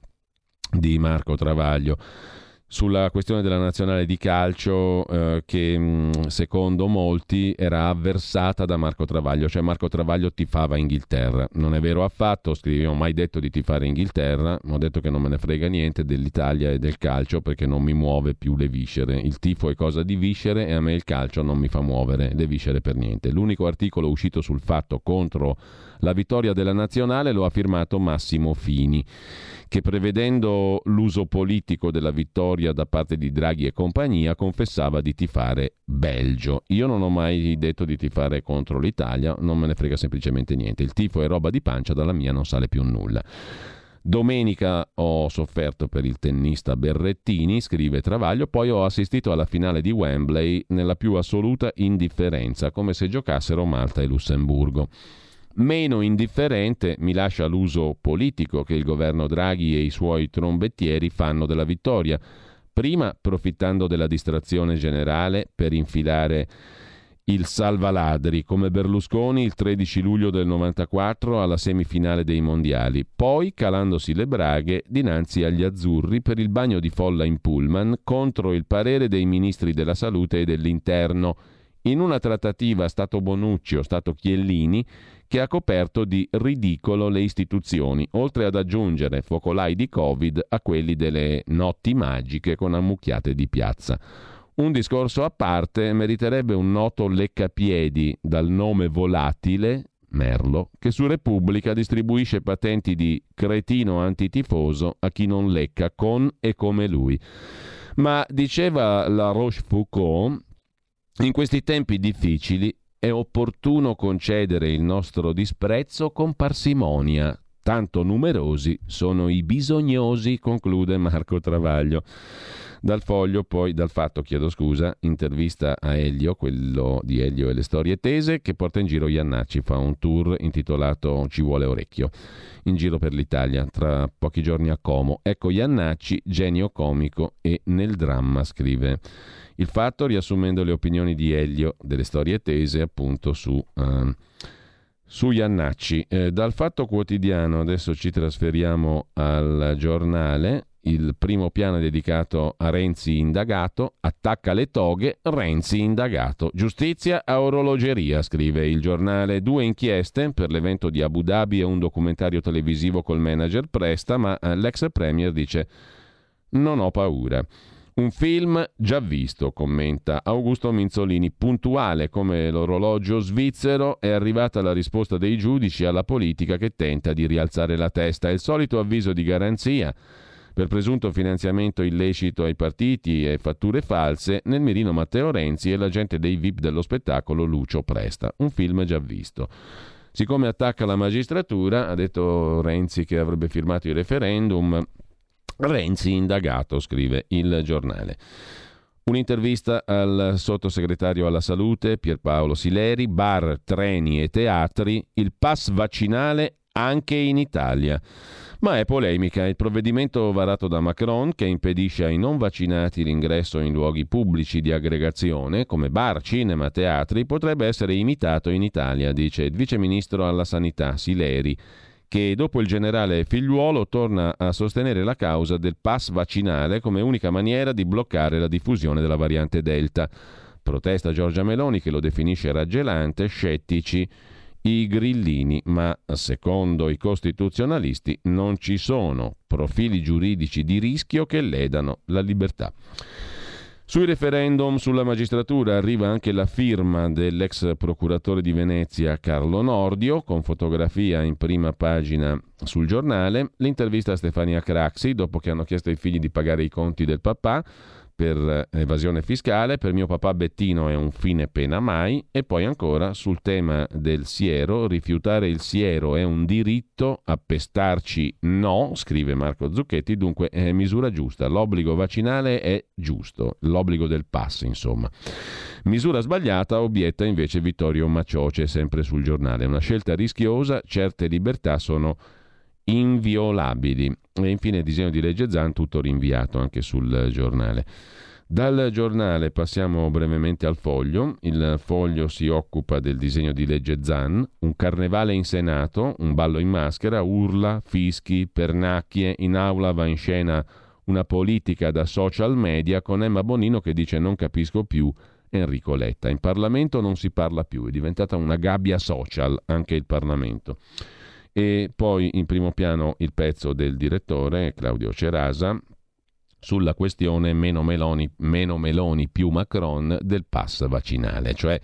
di Marco Travaglio, sulla questione della nazionale di calcio che secondo molti era avversata da Marco Travaglio, cioè Marco Travaglio tifava Inghilterra. Non è vero affatto, scrivevo, mai detto di tifare Inghilterra, ho detto che non me ne frega niente dell'Italia e del calcio perché non mi muove più le viscere. Il tifo è cosa di viscere e a me il calcio non mi fa muovere le viscere per niente. L'unico articolo uscito sul Fatto contro la vittoria della nazionale lo ha firmato Massimo Fini, che prevedendo l'uso politico della vittoria da parte di Draghi e compagnia confessava di tifare Belgio. Io non ho mai detto di tifare contro l'Italia, non me ne frega semplicemente niente. Il tifo è roba di pancia, dalla mia non sale più nulla. Domenica ho sofferto per il tennista Berrettini, scrive Travaglio, poi ho assistito alla finale di Wembley nella più assoluta indifferenza, come se giocassero Malta e Lussemburgo. Meno indifferente mi lascia l'uso politico che il governo Draghi e i suoi trombettieri fanno della vittoria, prima approfittando della distrazione generale per infilare il salvaladri come Berlusconi il 13 luglio del 94 alla semifinale dei mondiali, poi calandosi le braghe dinanzi agli azzurri per il bagno di folla in pullman contro il parere dei ministri della salute e dell'interno, in una trattativa Stato Bonucci o Stato Chiellini che ha coperto di ridicolo le istituzioni, oltre ad aggiungere focolai di Covid a quelli delle notti magiche con ammucchiate di piazza. Un discorso a parte meriterebbe un noto leccapiedi dal nome volatile, Merlo, che su Repubblica distribuisce patenti di cretino antitifoso a chi non lecca con e come lui. Ma diceva la Rochefoucauld, in questi tempi difficili è opportuno concedere il nostro disprezzo con parsimonia. Tanto numerosi sono i bisognosi, conclude Marco Travaglio. Dal Fatto, intervista a Elio, quello di Elio e le storie tese, che porta in giro Iannacci, fa un tour intitolato Ci vuole orecchio, in giro per l'Italia, tra pochi giorni a Como. Ecco Iannacci, genio comico e nel dramma, scrive il Fatto, riassumendo le opinioni di Elio delle storie tese appunto su Iannacci. Dal Fatto Quotidiano adesso ci trasferiamo al Giornale il primo piano è dedicato a Renzi indagato, attacca le toghe, Renzi indagato. Giustizia a orologeria, scrive il giornale. 2 inchieste per l'evento di Abu Dhabi e un documentario televisivo col manager Presta, ma l'ex premier dice non ho paura. Un film già visto, commenta Augusto Minzolini, puntuale come l'orologio svizzero. È arrivata la risposta dei giudici alla politica che tenta di rialzare la testa. È il solito avviso di garanzia per presunto finanziamento illecito ai partiti e fatture false. Nel mirino Matteo Renzi e l'agente dei VIP dello spettacolo Lucio Presta. Un film già visto. Siccome attacca la magistratura, ha detto Renzi che avrebbe firmato il referendum. Renzi indagato, scrive il giornale. Un'intervista al sottosegretario alla salute Pierpaolo Sileri, bar, treni e teatri, il pass vaccinale anche in Italia. Ma è polemica il provvedimento varato da Macron che impedisce ai non vaccinati l'ingresso in luoghi pubblici di aggregazione come bar, cinema, teatri, potrebbe essere imitato in Italia, dice il viceministro alla sanità Sileri, che dopo il generale Figliuolo torna a sostenere la causa del pass vaccinale come unica maniera di bloccare la diffusione della variante Delta. Protesta Giorgia Meloni che lo definisce raggelante, scettici i grillini, ma secondo i costituzionalisti non ci sono profili giuridici di rischio che ledano la libertà. Sui referendum sulla magistratura arriva anche la firma dell'ex procuratore di Venezia Carlo Nordio, con fotografia in prima pagina sul giornale. L'intervista a Stefania Craxi, dopo che hanno chiesto ai figli di pagare i conti del papà per evasione fiscale. Per mio papà Bettino è un fine pena mai. E poi ancora sul tema del siero, rifiutare il siero è un diritto, appestarci no, scrive Marco Zucchetti, dunque è misura giusta, l'obbligo vaccinale è giusto, l'obbligo del pass insomma. Misura sbagliata, obietta invece Vittorio Macioce, sempre sul giornale, una scelta rischiosa, certe libertà sono inviolabili. E infine disegno di legge Zan, tutto rinviato anche sul giornale. Dal giornale passiamo brevemente al Foglio. Il Foglio si occupa del disegno di legge Zan, un carnevale in Senato, un ballo in maschera, urla, fischi, pernacchie, in aula va in scena una politica da social media con Emma Bonino che dice non capisco più Enrico Letta. In Parlamento non si parla più, è diventata una gabbia social anche il Parlamento. E poi in primo piano il pezzo del direttore Claudio Cerasa sulla questione meno Meloni più Macron del pass vaccinale, cioè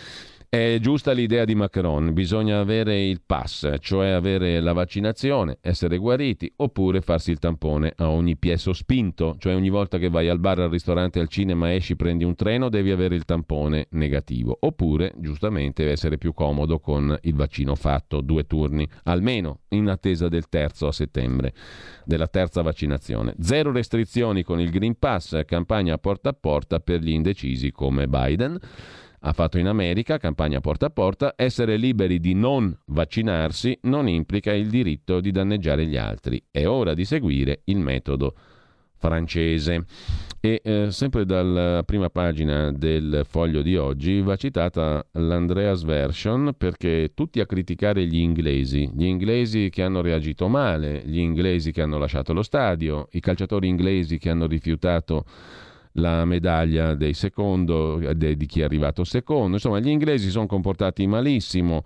è giusta l'idea di Macron, bisogna avere il pass, cioè avere la vaccinazione, essere guariti, oppure farsi il tampone a ogni piè sospinto, cioè ogni volta che vai al bar, al ristorante, al cinema, esci, prendi un treno, devi avere il tampone negativo, oppure giustamente essere più comodo con il vaccino fatto 2 turni, almeno in attesa del terzo a settembre, della terza vaccinazione. 0 restrizioni con il Green Pass, campagna porta a porta per gli indecisi come Biden. Ha fatto in America, campagna porta a porta, essere liberi di non vaccinarsi non implica il diritto di danneggiare gli altri. È ora di seguire il metodo francese. E sempre dalla prima pagina del Foglio di oggi va citata l'Andreas Version, perché tutti a criticare gli inglesi che hanno reagito male, gli inglesi che hanno lasciato lo stadio, i calciatori inglesi che hanno rifiutato la medaglia di chi è arrivato secondo. Insomma, gli inglesi sono comportati malissimo,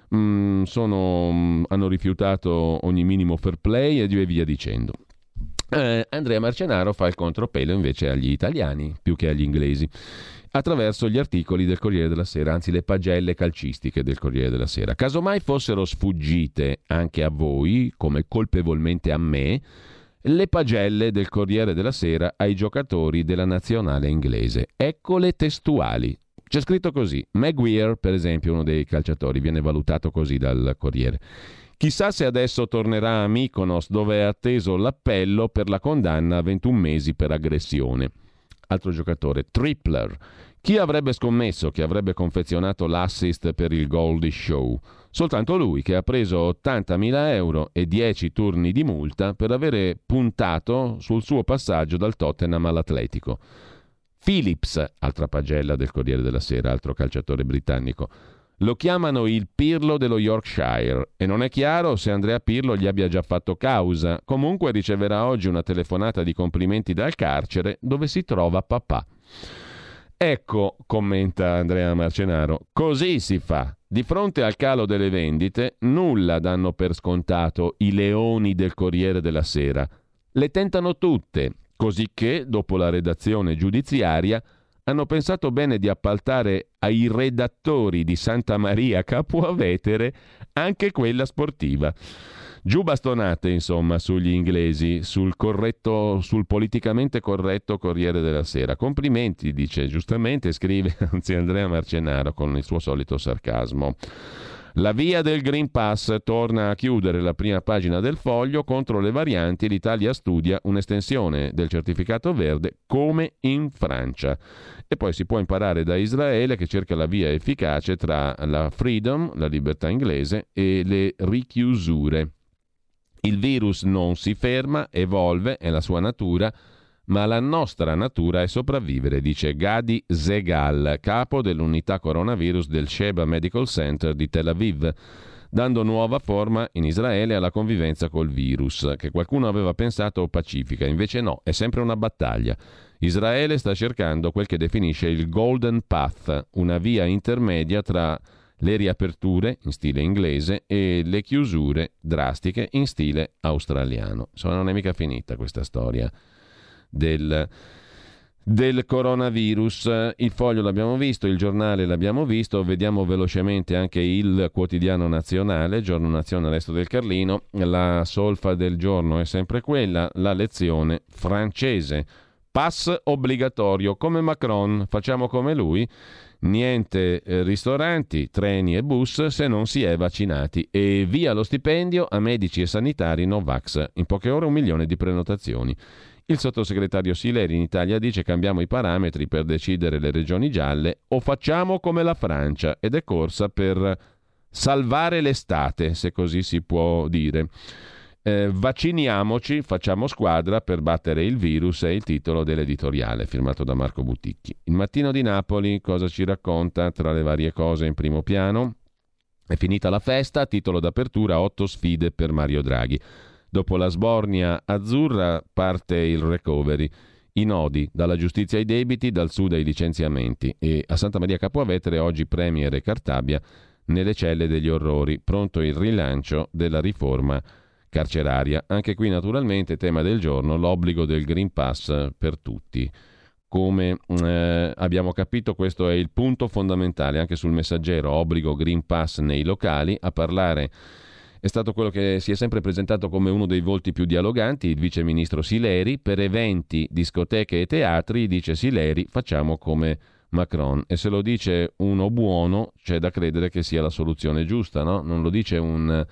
hanno rifiutato ogni minimo fair play e via dicendo. Andrea Marcenaro fa il contropelo invece agli italiani più che agli inglesi, attraverso gli articoli del Corriere della Sera, anzi le pagelle calcistiche del Corriere della Sera. Casomai fossero sfuggite anche a voi, come colpevolmente a me, le pagelle del Corriere della Sera ai giocatori della nazionale inglese. Eccole testuali. C'è scritto così. Maguire, per esempio, uno dei calciatori, viene valutato così dal Corriere. Chissà se adesso tornerà a Mykonos, dove è atteso l'appello per la condanna a 21 mesi per aggressione. Altro giocatore, Tripler. Chi avrebbe scommesso che avrebbe confezionato l'assist per il gol di Shaw? Soltanto lui, che ha preso 80.000 euro e 10 turni di multa per avere puntato sul suo passaggio dal Tottenham all'Atletico. Phillips, altra pagella del Corriere della Sera, altro calciatore britannico. Lo chiamano il Pirlo dello Yorkshire e non è chiaro se Andrea Pirlo gli abbia già fatto causa. Comunque riceverà oggi una telefonata di complimenti dal carcere dove si trova papà. Ecco, commenta Andrea Marcenaro, così si fa. Di fronte al calo delle vendite, nulla danno per scontato i leoni del Corriere della Sera. Le tentano tutte, cosicché, dopo la redazione giudiziaria, hanno pensato bene di appaltare ai redattori di Santa Maria Capua Vetere anche quella sportiva. Giù bastonate, insomma, sugli inglesi, sul politicamente corretto Corriere della Sera. Complimenti, dice giustamente, scrive anzi Andrea Marcenaro con il suo solito sarcasmo. La via del Green Pass torna a chiudere la prima pagina del Foglio. Contro le varianti l'Italia studia un'estensione del certificato verde come in Francia. E poi si può imparare da Israele che cerca la via efficace tra la freedom, la libertà inglese, e le richiusure. Il virus non si ferma, evolve, è la sua natura, ma la nostra natura è sopravvivere, dice Gadi Zegal, capo dell'unità coronavirus del Sheba Medical Center di Tel Aviv, dando nuova forma in Israele alla convivenza col virus, che qualcuno aveva pensato pacifica, invece no, è sempre una battaglia. Israele sta cercando quel che definisce il Golden Path, una via intermedia tra le riaperture in stile inglese e le chiusure drastiche in stile australiano. Insomma, non è mica finita questa storia del coronavirus. Il Foglio l'abbiamo visto, il Giornale l'abbiamo visto, vediamo velocemente anche il Quotidiano Nazionale, Giorno Nazione, Resto del Carlino. La solfa del giorno è sempre quella, la lezione francese. Pass obbligatorio, come Macron, facciamo come lui. Niente ristoranti, treni e bus se non si è vaccinati e via lo stipendio a medici e sanitari Novax. In poche ore 1 milione di prenotazioni. Il sottosegretario Sileri in Italia dice cambiamo i parametri per decidere le regioni gialle o facciamo come la Francia ed è corsa per salvare l'estate, se così si può dire. Vacciniamoci, facciamo squadra per battere il virus è il titolo dell'editoriale firmato da Marco Buticchi. Il Mattino di Napoli cosa ci racconta tra le varie cose in primo piano? È finita la festa, titolo d'apertura 8 sfide per Mario Draghi. Dopo la sbornia azzurra parte il recovery. I nodi, dalla giustizia ai debiti, dal sud ai licenziamenti. E a Santa Maria Capua Vetere oggi Premier e Cartabia nelle celle degli orrori. Pronto il rilancio della riforma carceraria. Anche qui naturalmente tema del giorno, l'obbligo del Green Pass per tutti. Come abbiamo capito questo è il punto fondamentale anche sul Messaggero, obbligo Green Pass nei locali. A parlare è stato quello che si è sempre presentato come uno dei volti più dialoganti, il vice ministro Sileri. Per eventi, discoteche e teatri, dice Sileri, facciamo come Macron. E se lo dice uno buono c'è da credere che sia la soluzione giusta, no? Non lo dice un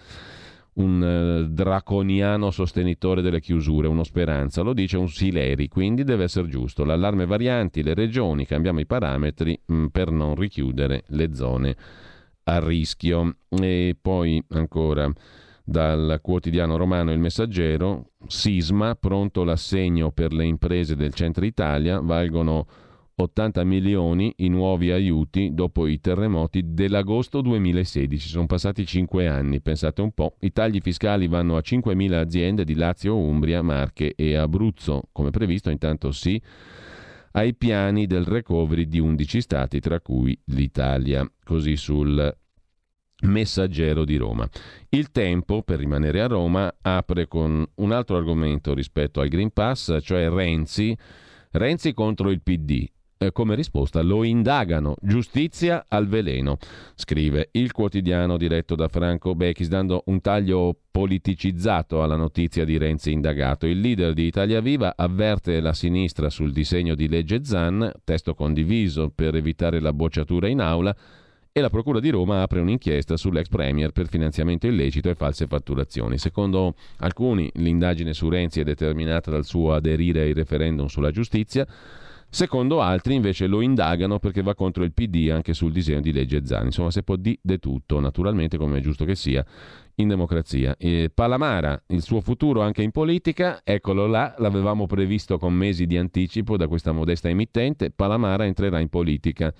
draconiano sostenitore delle chiusure, uno Speranza, lo dice un Sileri, quindi deve essere giusto. L'allarme varianti, le regioni, cambiamo i parametri per non richiudere le zone a rischio. E poi ancora dal quotidiano romano Il Messaggero, sisma, pronto l'assegno per le imprese del centro Italia, valgono 80 milioni i nuovi aiuti dopo i terremoti dell'agosto 2016. Sono passati 5 anni, pensate un po'. I tagli fiscali vanno a 5.000 aziende di Lazio, Umbria, Marche e Abruzzo, come previsto. Intanto sì ai piani del recovery di 11 stati, tra cui l'Italia. Così sul Messaggero di Roma. Il Tempo, per rimanere a Roma, apre con un altro argomento rispetto al Green Pass, cioè Renzi contro il PD. Come risposta lo indagano, giustizia al veleno, scrive il quotidiano diretto da Franco Bechis, dando un taglio politicizzato alla notizia di Renzi indagato. Il leader di Italia Viva avverte la sinistra sul disegno di legge Zan, testo condiviso per evitare la bocciatura in aula, e la Procura di Roma apre un'inchiesta sull'ex premier per finanziamento illecito e false fatturazioni. Secondo alcuni l'indagine su Renzi è determinata dal suo aderire ai referendum sulla giustizia. Secondo altri invece lo indagano perché va contro il PD anche sul disegno di legge Zan. Insomma, se può di tutto, naturalmente, come è giusto che sia in democrazia. Palamara, il suo futuro anche in politica, eccolo là, l'avevamo previsto con mesi di anticipo da questa modesta emittente. Palamara entrerà in politica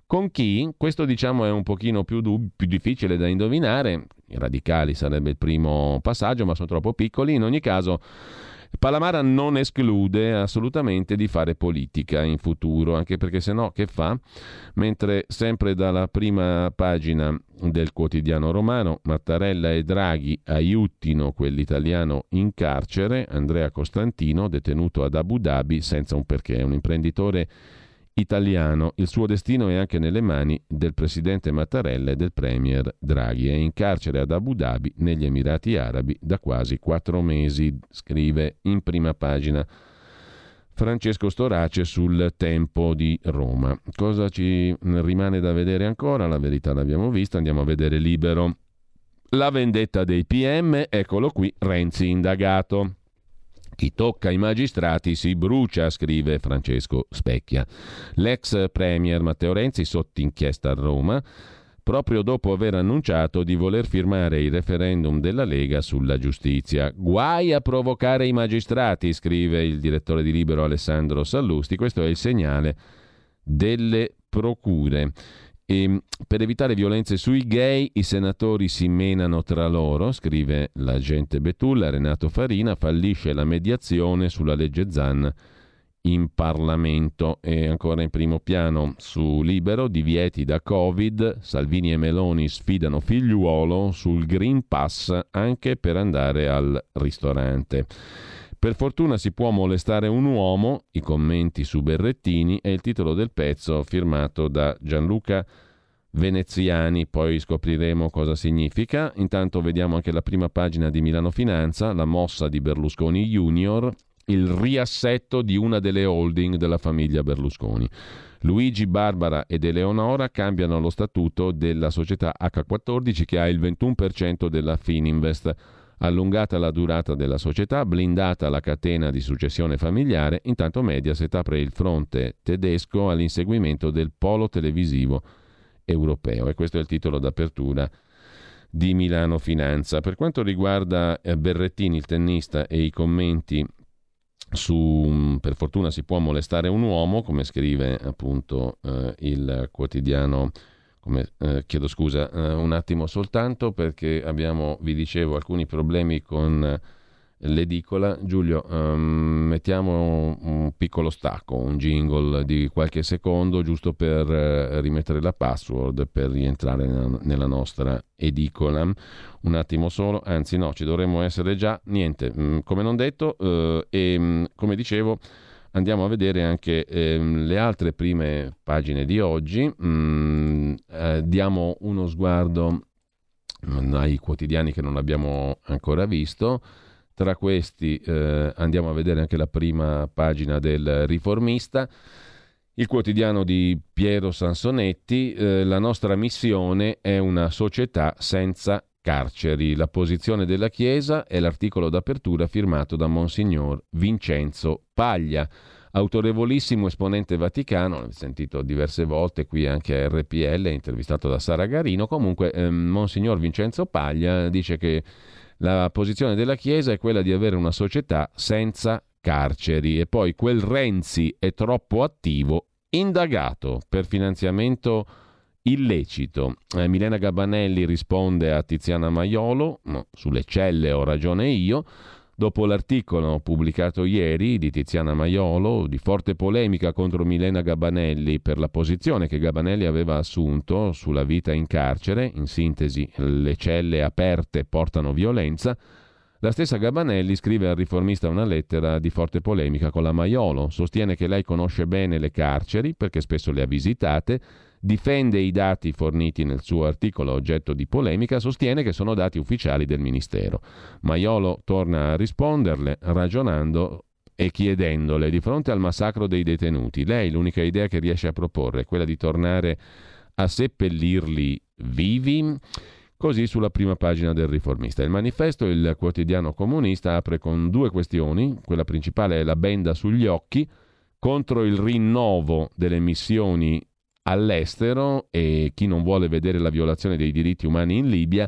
Con chi? Questo diciamo è un pochino più difficile da indovinare. I radicali sarebbe il primo passaggio, ma sono troppo piccoli. In ogni caso, Palamara non esclude assolutamente di fare politica in futuro, anche perché se no che fa? Mentre sempre dalla prima pagina del quotidiano romano, Mattarella e Draghi aiutino quell'italiano in carcere, Andrea Costantino, detenuto ad Abu Dhabi senza un perché, è un imprenditore italiano. Il suo destino è anche nelle mani del presidente Mattarella e del premier Draghi. È in carcere ad Abu Dhabi, negli Emirati Arabi, da quasi 4 mesi, scrive in prima pagina Francesco Storace sul Tempo di Roma. Cosa ci rimane da vedere ancora? La verità l'abbiamo vista, andiamo a vedere Libero. La vendetta dei PM, eccolo qui, Renzi indagato. Chi tocca i magistrati si brucia, scrive Francesco Specchia. L'ex premier Matteo Renzi sotto inchiesta a Roma, proprio dopo aver annunciato di voler firmare il referendum della Lega sulla giustizia. Guai a provocare i magistrati, scrive il direttore di Libero Alessandro Sallusti. Questo è il segnale delle procure. E per evitare violenze sui gay i senatori si menano tra loro, scrive l'agente Betulla. Renato Farina fallisce la mediazione sulla legge Zan in Parlamento. E ancora in primo piano su Libero, divieti da Covid, Salvini e Meloni sfidano Figliuolo sul Green Pass anche per andare al ristorante. Per fortuna si può molestare un uomo, i commenti su Berrettini, è il titolo del pezzo firmato da Gianluca Veneziani, poi scopriremo cosa significa. Intanto vediamo anche la prima pagina di Milano Finanza, la mossa di Berlusconi Junior, il riassetto di una delle holding della famiglia Berlusconi. Luigi, Barbara ed Eleonora cambiano lo statuto della società H14 che ha il 21% della Fininvest. Allungata la durata della società, blindata la catena di successione familiare, intanto Mediaset apre il fronte tedesco all'inseguimento del polo televisivo europeo. E questo è il titolo d'apertura di Milano Finanza. Per quanto riguarda Berrettini, il tennista, e i commenti su per fortuna si può molestare un uomo, come scrive appunto il quotidiano. Chiedo scusa un attimo soltanto perché abbiamo, vi dicevo, alcuni problemi con l'edicola. Giulio, mettiamo un piccolo stacco, un jingle di qualche secondo giusto per rimettere la password per rientrare nella nostra edicola. Un attimo solo, anzi no, ci dovremmo essere già. Niente, come non detto, e come dicevo andiamo a vedere anche le altre prime pagine di oggi. Diamo uno sguardo ai quotidiani che non abbiamo ancora visto. Tra questi andiamo a vedere anche la prima pagina del Riformista, il quotidiano di Piero Sansonetti. La nostra missione è una società senza carceri. La posizione della Chiesa è l'articolo d'apertura firmato da Monsignor Vincenzo Paglia, autorevolissimo esponente vaticano. L'ho sentito diverse volte qui anche a RPL, intervistato da Sara Garino. Comunque Monsignor Vincenzo Paglia dice che la posizione della Chiesa è quella di avere una società senza carceri. E poi quel Renzi è troppo attivo, indagato per finanziamento illecito. Milena Gabanelli risponde a Tiziana Maiolo: no, sulle celle ho ragione io. Dopo l'articolo pubblicato ieri di Tiziana Maiolo, di forte polemica contro Milena Gabanelli per la posizione che Gabanelli aveva assunto sulla vita in carcere, in sintesi le celle aperte portano violenza, la stessa Gabanelli scrive al Riformista una lettera di forte polemica con la Maiolo. Sostiene che lei conosce bene le carceri perché spesso le ha visitate, difende i dati forniti nel suo articolo oggetto di polemica, sostiene che sono dati ufficiali del Ministero. Maiolo torna a risponderle ragionando e chiedendole: di fronte al massacro dei detenuti, lei l'unica idea che riesce a proporre è quella di tornare a seppellirli vivi? Così sulla prima pagina del Riformista. Il Manifesto, il quotidiano comunista, apre con 2 questioni. Quella principale è la benda sugli occhi contro il rinnovo delle missioni all'estero, e chi non vuole vedere la violazione dei diritti umani in Libia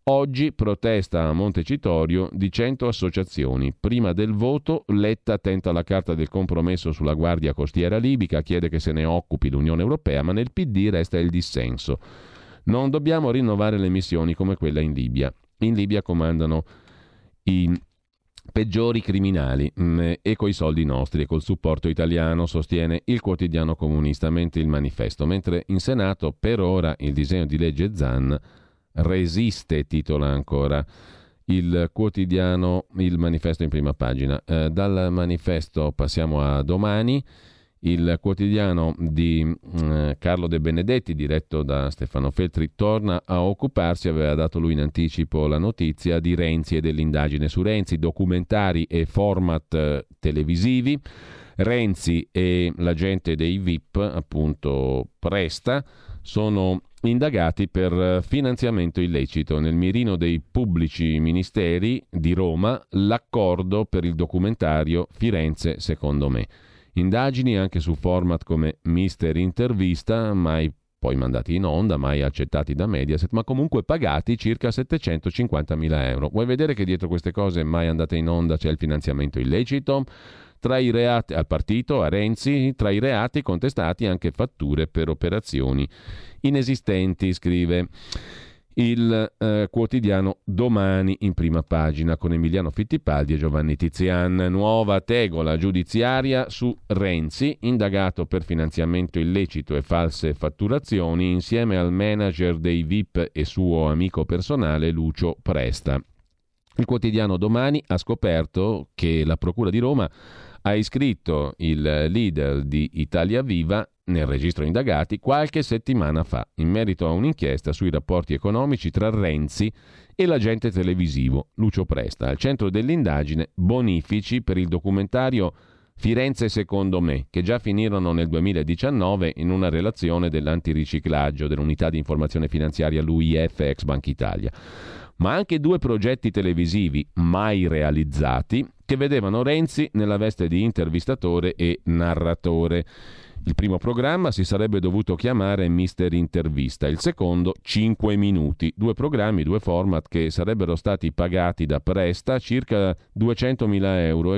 Oggi protesta a Montecitorio di 100 associazioni. Prima del voto Letta tenta la carta del compromesso sulla Guardia Costiera libica, chiede che se ne occupi l'Unione Europea, ma nel PD resta il dissenso. Non dobbiamo rinnovare le missioni come quella in Libia. In Libia comandano i peggiori criminali e coi soldi nostri e col supporto italiano, sostiene il quotidiano comunista, mentre il Manifesto. Mentre in Senato per ora il disegno di legge Zan resiste, titola ancora il quotidiano Il Manifesto in prima pagina. Dal Manifesto passiamo a Domani, il quotidiano di Carlo De Benedetti, diretto da Stefano Feltri, torna a occuparsi, aveva dato lui in anticipo la notizia, di Renzi e dell'indagine su Renzi, documentari e format televisivi. Renzi e l'agente dei VIP, appunto Presta, sono indagati per finanziamento illecito. Nel mirino dei pubblici ministeri di Roma l'accordo per il documentario Firenze secondo me. Indagini anche su format come Mister Intervista, mai poi mandati in onda, mai accettati da Mediaset, ma comunque pagati circa 750.000 euro. Vuoi vedere che dietro queste cose mai andate in onda c'è il finanziamento illecito? Tra i reati al partito, a Renzi, tra i reati contestati anche fatture per operazioni inesistenti, scrive il quotidiano Domani in prima pagina con Emiliano Fittipaldi e Giovanni Tizian. Nuova tegola giudiziaria su Renzi, indagato per finanziamento illecito e false fatturazioni insieme al manager dei VIP e suo amico personale Lucio Presta. Il quotidiano Domani ha scoperto che la Procura di Roma ha iscritto il leader di Italia Viva nel registro indagati qualche settimana fa, in merito a un'inchiesta sui rapporti economici tra Renzi e l'agente televisivo Lucio Presta. Al centro dell'indagine bonifici per il documentario Firenze secondo me, che già finirono nel 2019 in una relazione dell'antiriciclaggio dell'unità di informazione finanziaria l'UIF ex Banca Italia. Ma anche 2 progetti televisivi mai realizzati che vedevano Renzi nella veste di intervistatore e narratore. Il primo programma si sarebbe dovuto chiamare Mister Intervista, il secondo 5 minuti. 2 programmi, 2 format che sarebbero stati pagati da Presta circa 200.000 euro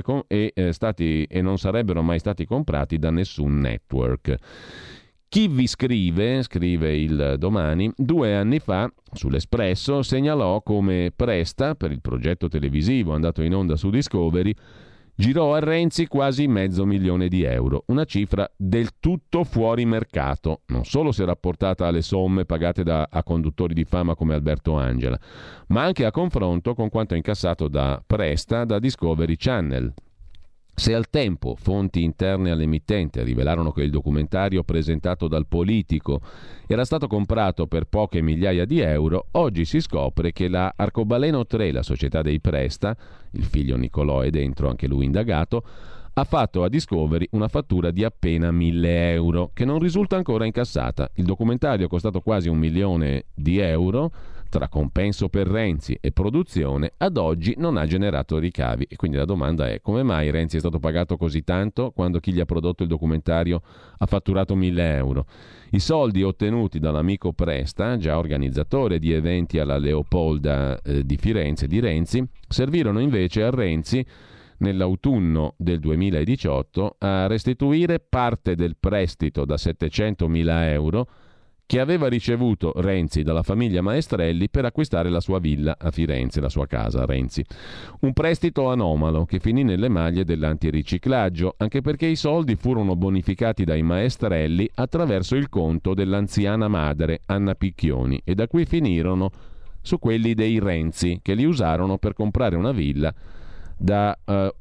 e non sarebbero mai stati comprati da nessun network. Chi vi scrive, scrive il Domani, 2 anni fa sull'Espresso segnalò come Presta, per il progetto televisivo andato in onda su Discovery, girò a Renzi quasi €500.000, una cifra del tutto fuori mercato. Non solo se rapportata alle somme pagate a conduttori di fama come Alberto Angela, ma anche a confronto con quanto incassato da Presta da Discovery Channel. Se al tempo fonti interne all'emittente rivelarono che il documentario presentato dal Politico era stato comprato per poche migliaia di euro, oggi si scopre che la Arcobaleno 3, la società dei Presta, il figlio Nicolò è dentro, anche lui indagato, ha fatto a Discovery una fattura di appena 1.000 euro, che non risulta ancora incassata. Il documentario è costato quasi €1.000.000, tra compenso per Renzi e produzione, ad oggi non ha generato ricavi. E quindi la domanda è: come mai Renzi è stato pagato così tanto quando chi gli ha prodotto il documentario ha fatturato 1.000 euro? I soldi ottenuti dall'amico Presta, già organizzatore di eventi alla Leopolda di Firenze di Renzi, servirono invece a Renzi nell'autunno del 2018 a restituire parte del prestito da 700.000 euro che aveva ricevuto Renzi dalla famiglia Maestrelli per acquistare la sua villa a Firenze, la sua casa Renzi. Un prestito anomalo che finì nelle maglie dell'antiriciclaggio, anche perché i soldi furono bonificati dai Maestrelli attraverso il conto dell'anziana madre Anna Picchioni e da qui finirono su quelli dei Renzi, che li usarono per comprare una villa da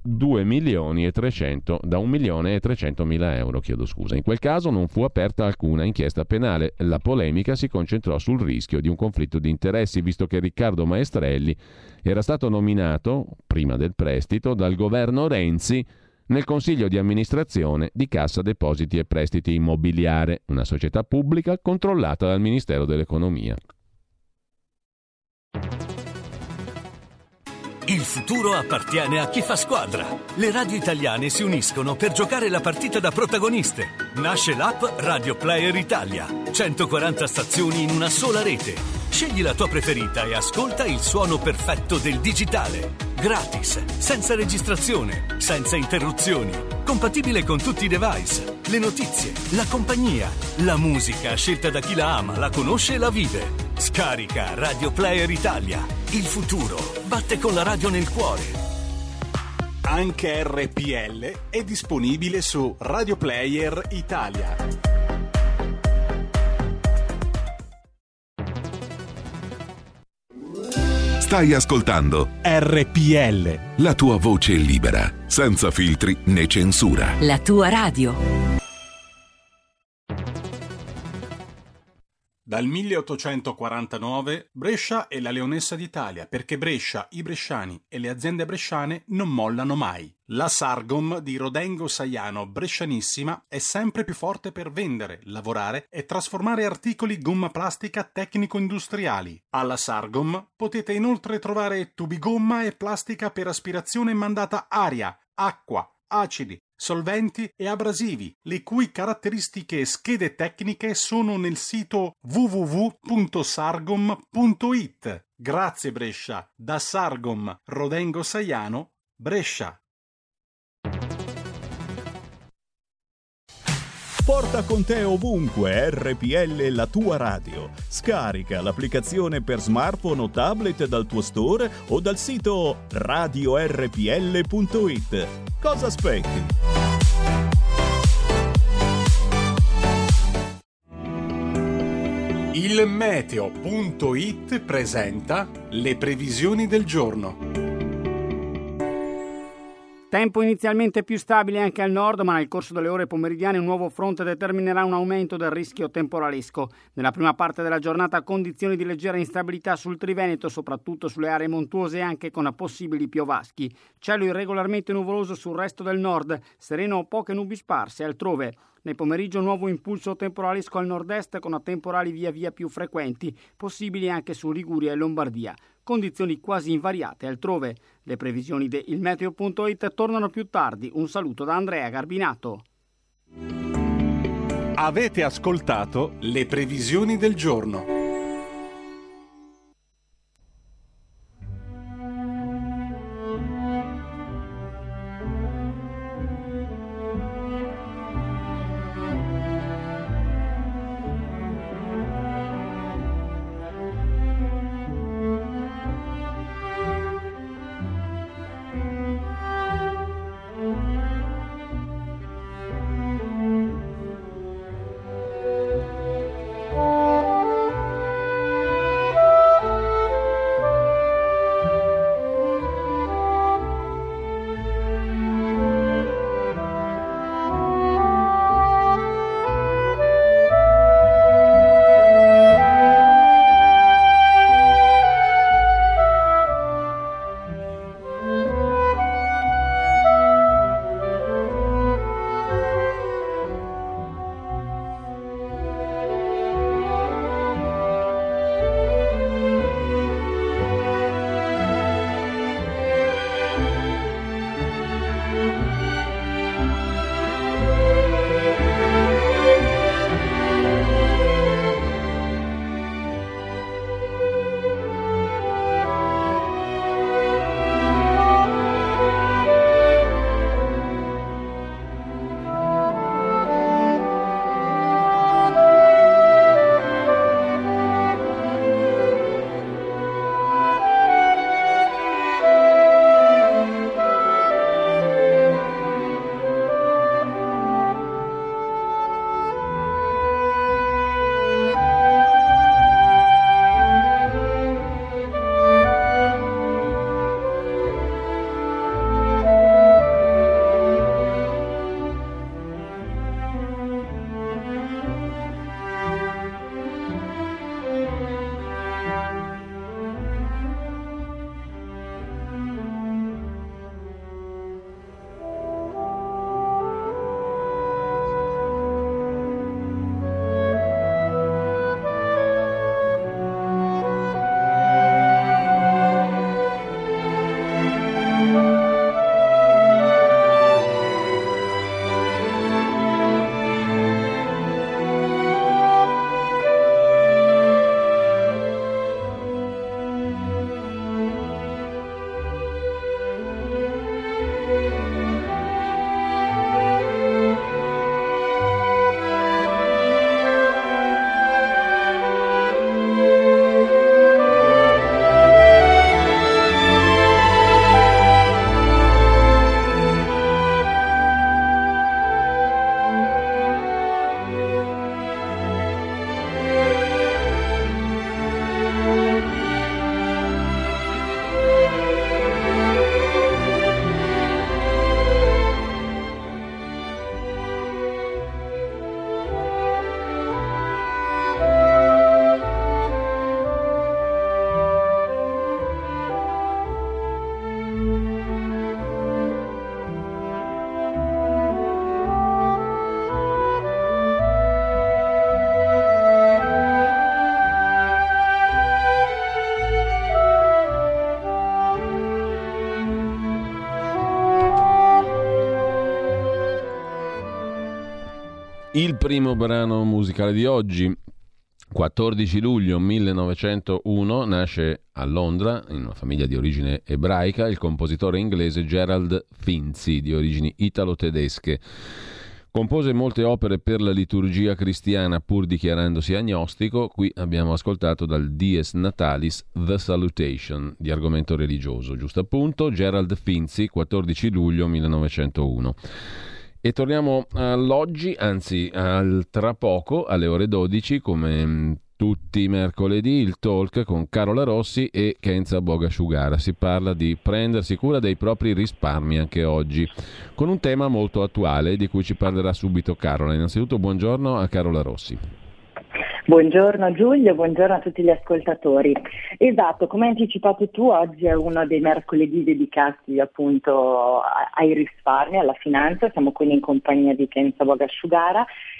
1.300.000 euro. In quel caso non fu aperta alcuna inchiesta penale. La polemica si concentrò sul rischio di un conflitto di interessi, visto che Riccardo Maestrelli era stato nominato, prima del prestito, dal governo Renzi nel consiglio di amministrazione di Cassa Depositi e Prestiti Immobiliare, una società pubblica controllata dal Ministero dell'Economia. Il futuro appartiene a chi fa squadra. Le radio italiane si uniscono per giocare la partita da protagoniste. Nasce l'app Radio Player Italia. 140 stazioni in una sola rete. Scegli la tua preferita e ascolta il suono perfetto del digitale. Gratis, senza registrazione, senza interruzioni. Compatibile con tutti i device. Le notizie, la compagnia, la musica scelta da chi la ama, la conosce e la vive. Scarica Radio Player Italia. Il futuro batte con la radio nel cuore. Anche RPL è disponibile su Radio Player Italia. Stai ascoltando RPL, la tua voce libera, senza filtri né censura. La tua radio. Dal 1849 Brescia è la leonessa d'Italia, perché Brescia, i bresciani e le aziende bresciane non mollano mai. La Sargom di Rodengo Saiano, brescianissima, è sempre più forte per vendere, lavorare e trasformare articoli gomma plastica tecnico-industriali. Alla Sargom potete inoltre trovare tubi gomma e plastica per aspirazione mandata aria, acqua, acidi, solventi e abrasivi, le cui caratteristiche e schede tecniche sono nel sito www.sargom.it. Grazie Brescia, da Sargom Rodengo Saiano, Brescia. Porta con te ovunque RPL, la tua radio. Scarica l'applicazione per smartphone o tablet dal tuo store o dal sito radiorpl.it. Cosa aspetti? Il meteo.it presenta le previsioni del giorno. Tempo inizialmente più stabile anche al nord, ma nel corso delle ore pomeridiane un nuovo fronte determinerà un aumento del rischio temporalesco. Nella prima parte della giornata condizioni di leggera instabilità sul Triveneto, soprattutto sulle aree montuose e anche con possibili piovaschi. Cielo irregolarmente nuvoloso sul resto del nord, sereno o poche nubi sparse altrove. Nel pomeriggio nuovo impulso temporalesco al nord-est con temporali via via più frequenti, possibili anche su Liguria e Lombardia. Condizioni quasi invariate altrove. Le previsioni di ilmeteo.it tornano più tardi. Un saluto da Andrea Garbinato. Avete ascoltato le previsioni del giorno. Il primo brano musicale di oggi, 14 luglio 1901, nasce a Londra, in una famiglia di origine ebraica, il compositore inglese Gerald Finzi, di origini italo-tedesche. Compose molte opere per la liturgia cristiana pur dichiarandosi agnostico. Qui abbiamo ascoltato dal Dies Natalis The Salutation, di argomento religioso, giusto appunto, Gerald Finzi, 14 luglio 1901. E torniamo all'oggi, anzi al tra poco, alle ore 12, come tutti i mercoledì, il talk con Carola Rossi e Kenza Bogasciugara. Si parla di prendersi cura dei propri risparmi anche oggi, con un tema molto attuale di cui ci parlerà subito Carola. Innanzitutto buongiorno a Carola Rossi. Buongiorno Giulio, buongiorno a tutti gli ascoltatori. Esatto, come hai anticipato tu, oggi è uno dei mercoledì dedicati appunto ai risparmi, alla finanza. Siamo quindi in compagnia di Kenza Bogasciugara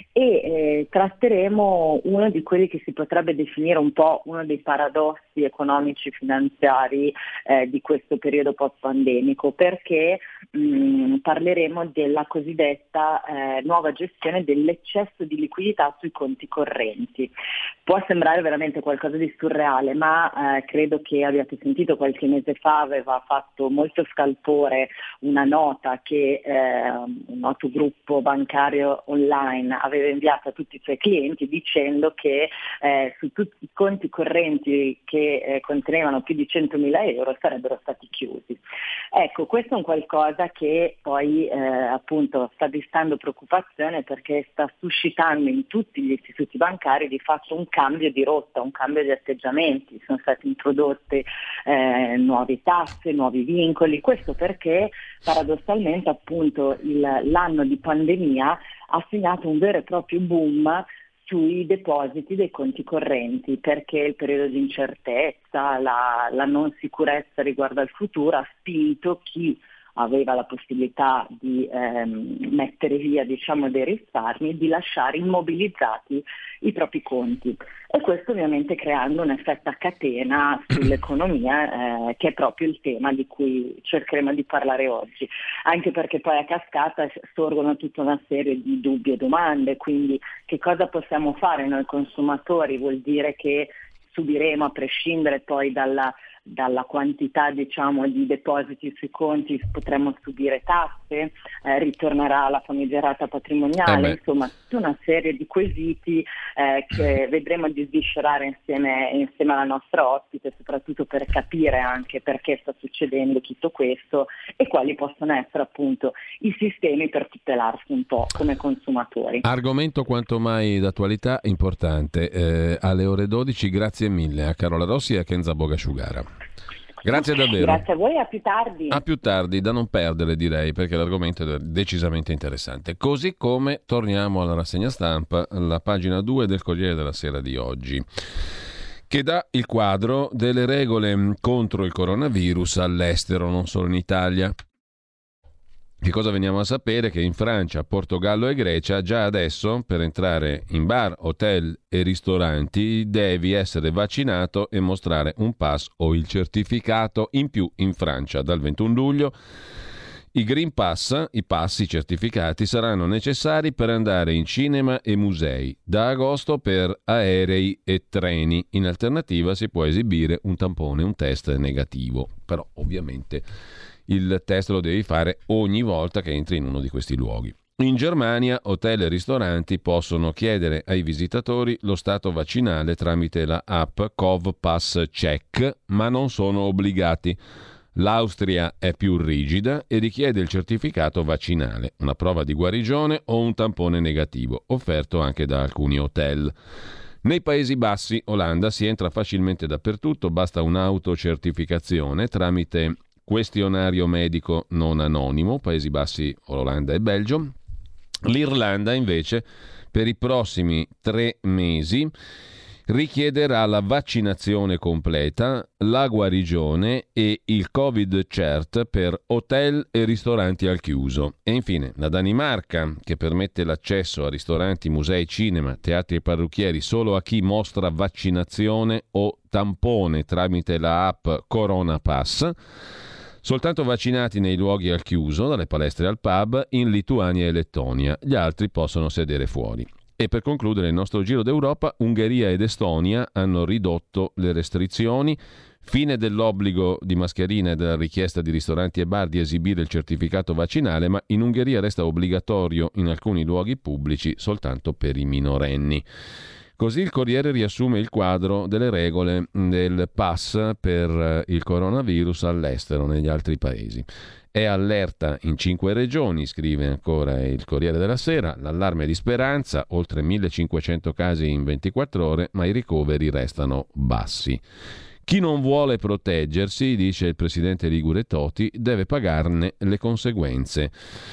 e tratteremo uno di quelli che si potrebbe definire un po' uno dei paradossi economici finanziari di questo periodo post-pandemico, perché parleremo della cosiddetta nuova gestione dell'eccesso di liquidità sui conti correnti. Può sembrare veramente qualcosa di surreale, ma credo che abbiate sentito qualche mese fa aveva fatto molto scalpore una nota che un noto gruppo bancario online aveva inviato a tutti i suoi clienti dicendo che su tutti i conti correnti che contenevano più di 100.000 euro sarebbero stati chiusi. Ecco, questo è un qualcosa che poi appunto sta destando preoccupazione, perché sta suscitando in tutti gli istituti bancari di fatto un cambio di rotta, un cambio di atteggiamenti. Sono state introdotte nuove tasse, nuovi vincoli, questo perché paradossalmente appunto l'anno di pandemia ha segnato un vero e proprio boom sui depositi dei conti correnti, perché il periodo di incertezza, la non sicurezza riguardo al futuro ha spinto chi aveva la possibilità di mettere via dei risparmi, di lasciare immobilizzati i propri conti, e questo ovviamente creando un effetto a catena sull'economia che è proprio il tema di cui cercheremo di parlare oggi, anche perché poi a cascata sorgono tutta una serie di dubbi e domande. Quindi che cosa possiamo fare noi consumatori? Vuol dire che subiremo, a prescindere poi dalla quantità di depositi sui conti, potremo subire tasse, ritornerà la famigerata patrimoniale, insomma tutta una serie di quesiti che vedremo di sviscerare insieme alla nostra ospite, soprattutto per capire anche perché sta succedendo tutto questo e quali possono essere appunto i sistemi per tutelarsi un po' come consumatori. Argomento quanto mai d'attualità, importante. Alle ore 12, grazie mille a Carola Rossi e a Kenza Bogasciugara. Grazie davvero. Grazie a voi, a più tardi. A più tardi, da non perdere direi, perché l'argomento è decisamente interessante. Così come torniamo alla rassegna stampa, la pagina 2 del Corriere della Sera di oggi, che dà il quadro delle regole contro il coronavirus all'estero, non solo in Italia. Che cosa veniamo a sapere? Che in Francia, Portogallo e Grecia già adesso per entrare in bar, hotel e ristoranti devi essere vaccinato e mostrare un pass o il certificato. In più in Francia dal 21 luglio i Green Pass, i passi certificati, saranno necessari per andare in cinema e musei, da agosto per aerei e treni. In alternativa si può esibire un tampone, un test negativo, però ovviamente il test lo devi fare ogni volta che entri in uno di questi luoghi. In Germania, hotel e ristoranti possono chiedere ai visitatori lo stato vaccinale tramite la app CovPass Check, ma non sono obbligati. L'Austria è più rigida e richiede il certificato vaccinale, una prova di guarigione o un tampone negativo, offerto anche da alcuni hotel. Nei Paesi Bassi, Olanda, si entra facilmente dappertutto, basta un'autocertificazione tramite questionario medico non anonimo, Paesi Bassi, Olanda e Belgio. L'Irlanda invece per i prossimi 3 mesi richiederà la vaccinazione completa, la guarigione e il Covid Cert per hotel e ristoranti al chiuso. E infine la Danimarca, che permette l'accesso a ristoranti, musei, cinema, teatri e parrucchieri solo a chi mostra vaccinazione o tampone tramite la app Corona Pass. Soltanto vaccinati nei luoghi al chiuso, dalle palestre al pub, in Lituania e Lettonia. Gli altri possono sedere fuori. E per concludere il nostro giro d'Europa, Ungheria ed Estonia hanno ridotto le restrizioni. Fine dell'obbligo di mascherina e della richiesta di ristoranti e bar di esibire il certificato vaccinale, ma in Ungheria resta obbligatorio in alcuni luoghi pubblici soltanto per i minorenni. Così il Corriere riassume il quadro delle regole del pass per il coronavirus all'estero, negli altri paesi. È allerta in 5 regioni, scrive ancora il Corriere della Sera, l'allarme di Speranza, oltre 1500 casi in 24 ore, ma i ricoveri restano bassi. Chi non vuole proteggersi, dice il presidente ligure Toti, deve pagarne le conseguenze.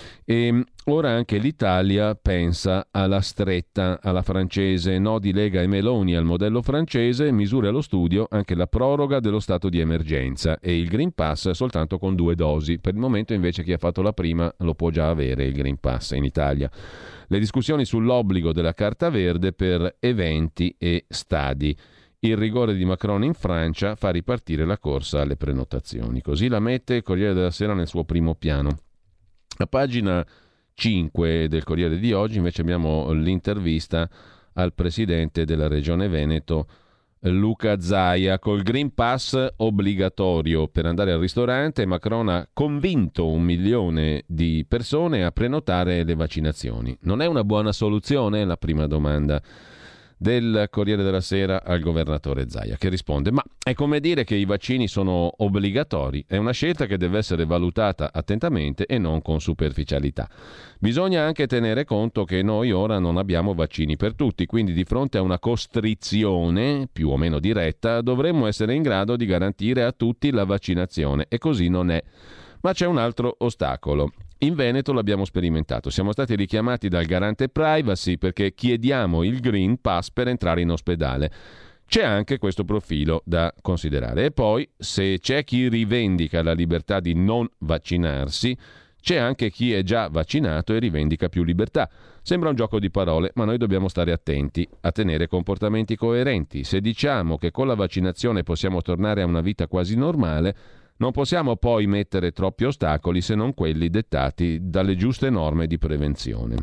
E ora anche l'Italia pensa alla stretta, alla francese, no di Lega e Meloni al modello francese, misure allo studio anche la proroga dello stato di emergenza e il Green Pass soltanto con 2 dosi. Per il momento invece chi ha fatto la prima lo può già avere il Green Pass in Italia. Le discussioni sull'obbligo della carta verde per eventi e stadi. Il rigore di Macron in Francia fa ripartire la corsa alle prenotazioni. Così la mette il Corriere della Sera nel suo primo piano. A pagina 5 del Corriere di oggi invece abbiamo l'intervista al presidente della Regione Veneto, Luca Zaia. Col Green Pass obbligatorio per andare al ristorante, Macron ha convinto 1 milione di persone a prenotare le vaccinazioni. Non è una buona soluzione? La prima domanda del Corriere della Sera al governatore Zaia, che risponde: ma è come dire che i vaccini sono obbligatori, è una scelta che deve essere valutata attentamente e non con superficialità. Bisogna anche tenere conto che noi ora non abbiamo vaccini per tutti, quindi di fronte a una costrizione più o meno diretta dovremmo essere in grado di garantire a tutti la vaccinazione, e così non è. Ma c'è un altro ostacolo. In Veneto l'abbiamo sperimentato, siamo stati richiamati dal garante privacy perché chiediamo il Green Pass per entrare in ospedale. C'è anche questo profilo da considerare. E poi, se c'è chi rivendica la libertà di non vaccinarsi, c'è anche chi è già vaccinato e rivendica più libertà. Sembra un gioco di parole, ma noi dobbiamo stare attenti a tenere comportamenti coerenti. Se diciamo che con la vaccinazione possiamo tornare a una vita quasi normale, non possiamo poi mettere troppi ostacoli se non quelli dettati dalle giuste norme di prevenzione.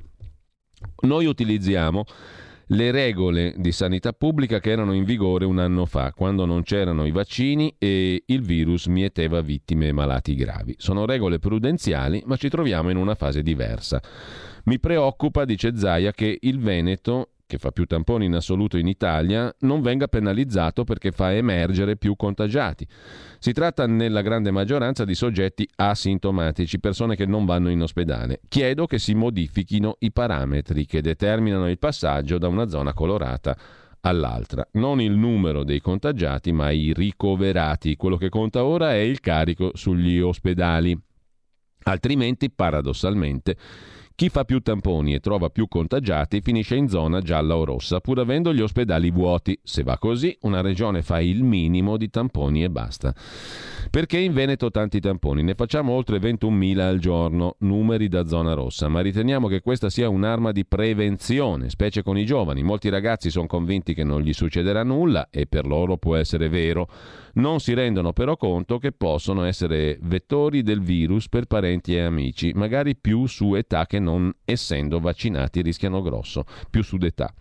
Noi utilizziamo le regole di sanità pubblica che erano in vigore 1 anno fa, quando non c'erano i vaccini e il virus mieteva vittime e malati gravi. Sono regole prudenziali, ma ci troviamo in una fase diversa. Mi preoccupa, dice Zaia, che il Veneto, che fa più tamponi in assoluto in Italia, non venga penalizzato perché fa emergere più contagiati. Si tratta nella grande maggioranza di soggetti asintomatici, persone che non vanno in ospedale. Chiedo che si modifichino i parametri che determinano il passaggio da una zona colorata all'altra. Non il numero dei contagiati, ma i ricoverati. Quello che conta ora è il carico sugli ospedali. Altrimenti, paradossalmente, chi fa più tamponi e trova più contagiati finisce in zona gialla o rossa, pur avendo gli ospedali vuoti. Se va così, una regione fa il minimo di tamponi e basta. Perché in Veneto tanti tamponi? Ne facciamo oltre 21.000 al giorno, numeri da zona rossa, ma riteniamo che questa sia un'arma di prevenzione, specie con i giovani. Molti ragazzi sono convinti che non gli succederà nulla e per loro può essere vero. Non si rendono però conto che possono essere vettori del virus per parenti e amici, magari più su età che non essendo vaccinati rischiano grosso, più su d'età.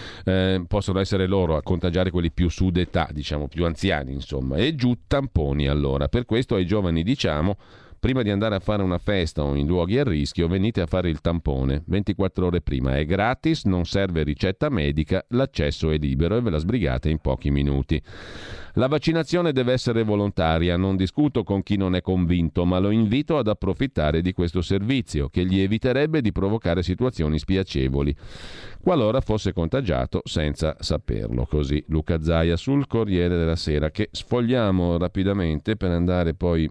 Possono essere loro a contagiare quelli più su d'età, diciamo più anziani insomma, e giù tamponi allora. Per questo ai giovani diciamo: prima di andare a fare una festa o in luoghi a rischio, venite a fare il tampone 24 ore prima. È gratis, non serve ricetta medica, l'accesso è libero e ve la sbrigate in pochi minuti. La vaccinazione deve essere volontaria, non discuto con chi non è convinto, ma lo invito ad approfittare di questo servizio, che gli eviterebbe di provocare situazioni spiacevoli, qualora fosse contagiato senza saperlo. Così Luca Zaia sul Corriere della Sera, che sfogliamo rapidamente per andare poi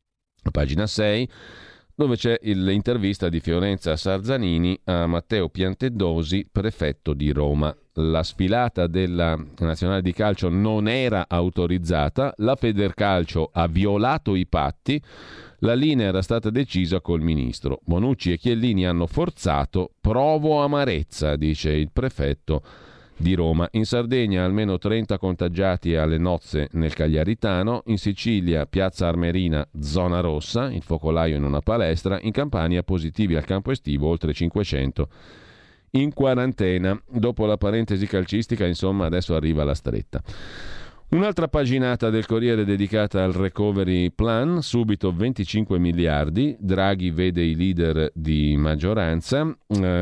a pagina 6, dove c'è l'intervista di Fiorenza Sarzanini a Matteo Piantedosi, prefetto di Roma. La sfilata della nazionale di calcio non era autorizzata, la Federcalcio ha violato i patti, la linea era stata decisa col ministro. Bonucci e Chiellini hanno forzato, provo amarezza, dice il prefetto di Roma. In Sardegna almeno 30 contagiati alle nozze nel Cagliaritano, in Sicilia Piazza Armerina zona rossa, il focolaio in una palestra, in Campania positivi al campo estivo oltre 500 in quarantena. Dopo la parentesi calcistica, insomma, adesso arriva la stretta. Un'altra paginata del Corriere dedicata al recovery plan, subito 25 miliardi, Draghi vede i leader di maggioranza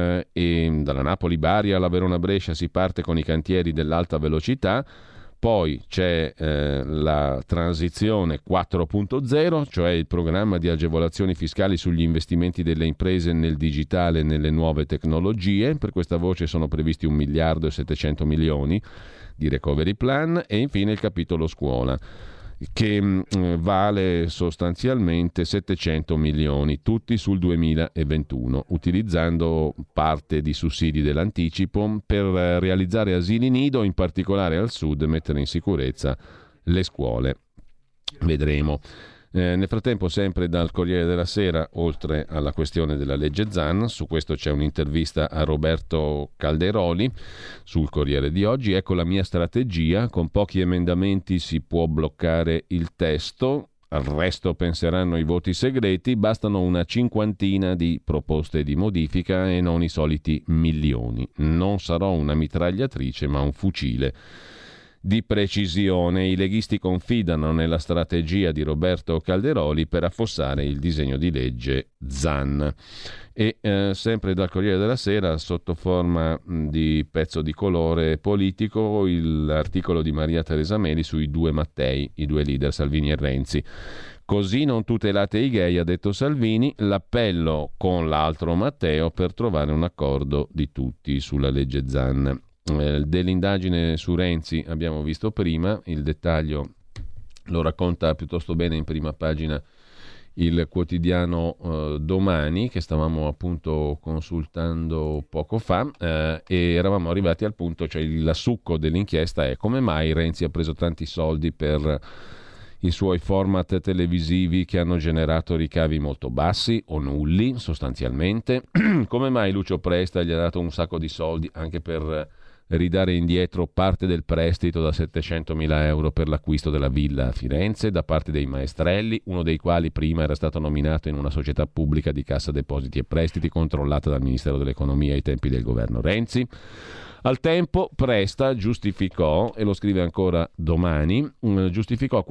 e dalla Napoli-Bari alla Verona-Brescia si parte con i cantieri dell'alta velocità, poi c'è la transizione 4.0, cioè il programma di agevolazioni fiscali sugli investimenti delle imprese nel digitale e nelle nuove tecnologie, per questa voce sono previsti 1 miliardo e 700 milioni di recovery plan, e infine il capitolo scuola che vale sostanzialmente 700 milioni, tutti sul 2021, utilizzando parte di sussidi dell'anticipo per realizzare asili nido, in particolare al sud, e mettere in sicurezza le scuole. Vedremo. Nel frattempo, sempre dal Corriere della Sera, oltre alla questione della legge Zan, su questo c'è un'intervista a Roberto Calderoli sul Corriere di oggi. Ecco la mia strategia: con pochi emendamenti si può bloccare il testo, al resto penseranno i voti segreti, bastano una cinquantina di proposte di modifica e non i soliti milioni. Non sarò una mitragliatrice ma un fucile di precisione. I leghisti confidano nella strategia di Roberto Calderoli per affossare il disegno di legge Zan. E sempre dal Corriere della Sera, sotto forma di pezzo di colore politico, l'articolo di Maria Teresa Meli sui due Mattei, i due leader Salvini e Renzi. Così non tutelate i gay, ha detto Salvini, l'appello con l'altro Matteo per trovare un accordo di tutti sulla legge Zan. Dell'indagine su Renzi abbiamo visto prima, il dettaglio lo racconta piuttosto bene in prima pagina il quotidiano Domani, che stavamo appunto consultando poco fa, e eravamo arrivati al punto, cioè il succo dell'inchiesta è: come mai Renzi ha preso tanti soldi per i suoi format televisivi che hanno generato ricavi molto bassi o nulli sostanzialmente? Come mai Lucio Presta gli ha dato un sacco di soldi anche per ridare indietro parte del prestito da 700.000 euro per l'acquisto della villa a Firenze da parte dei Maestrelli, uno dei quali prima era stato nominato in una società pubblica di Cassa Depositi e Prestiti controllata dal Ministero dell'Economia ai tempi del governo Renzi? Al tempo Presta giustificò, e lo scrive ancora Domani, giustificò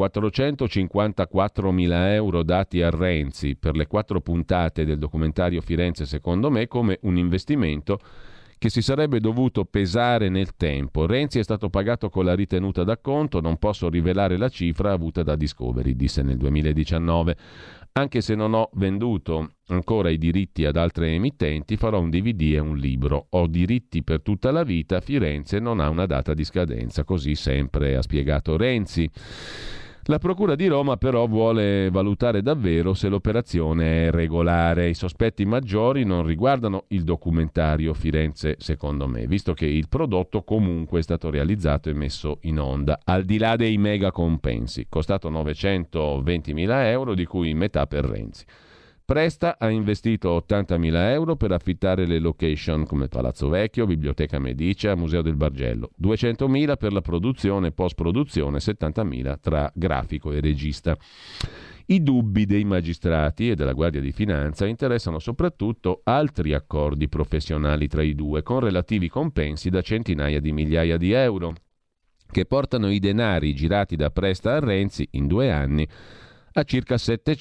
454.000 euro dati a Renzi per le 4 puntate del documentario Firenze secondo me come un investimento che si sarebbe dovuto pesare nel tempo. Renzi è stato pagato con la ritenuta d'acconto, non posso rivelare la cifra avuta da Discovery, disse nel 2019. Anche se non ho venduto ancora i diritti ad altre emittenti, farò un DVD e un libro. Ho diritti per tutta la vita, Firenze non ha una data di scadenza, così sempre ha spiegato Renzi. La Procura di Roma però vuole valutare davvero se l'operazione è regolare. I sospetti maggiori non riguardano il documentario Firenze secondo me, visto che il prodotto comunque è stato realizzato e messo in onda, al di là dei mega compensi, costato 920.000 euro, di cui metà per Renzi. Presta ha investito 80.000 euro per affittare le location come Palazzo Vecchio, Biblioteca Medicea, Museo del Bargello, 200.000 per la produzione e post-produzione, 70.000 tra grafico e regista. I dubbi dei magistrati e della Guardia di Finanza interessano soprattutto altri accordi professionali tra i due, con relativi compensi da centinaia di migliaia di euro, che portano i denari girati da Presta a Renzi in 2 anni a circa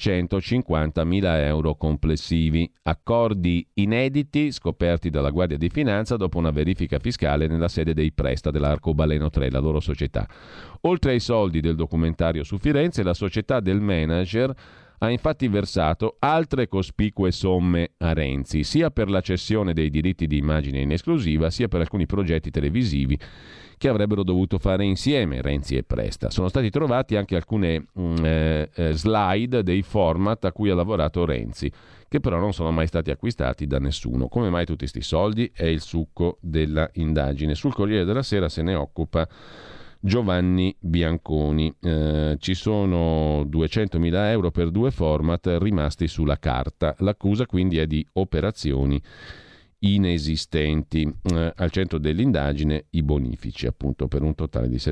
750.000 euro complessivi, accordi inediti scoperti dalla Guardia di Finanza dopo una verifica fiscale nella sede dei Presta dell'Arcobaleno 3, la loro società. Oltre ai soldi del documentario su Firenze, la società del manager ha infatti versato altre cospicue somme a Renzi, sia per la cessione dei diritti di immagine in esclusiva, sia per alcuni progetti televisivi che avrebbero dovuto fare insieme Renzi e Presta. Sono stati trovati anche alcune slide dei format a cui ha lavorato Renzi, che però non sono mai stati acquistati da nessuno. Come mai tutti sti soldi? È il succo della indagine. Sul Corriere della Sera se ne occupa Giovanni Bianconi. Ci sono 200.000 euro per 2 format rimasti sulla carta. L'accusa quindi è di operazioni inesistenti. Al centro dell'indagine i bonifici, appunto, per un totale di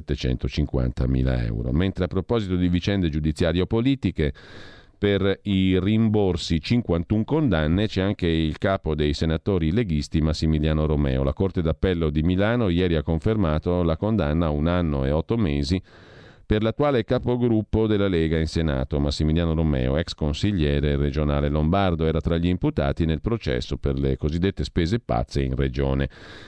750.000 euro. Mentre a proposito di vicende giudiziarie o politiche, per i rimborsi 51 condanne c'è anche il capo dei senatori leghisti Massimiliano Romeo. La Corte d'Appello di Milano ieri ha confermato la condanna a 1 anno e 8 mesi per l'attuale capogruppo della Lega in Senato, Massimiliano Romeo, ex consigliere regionale lombardo, era tra gli imputati nel processo per le cosiddette spese pazze in regione.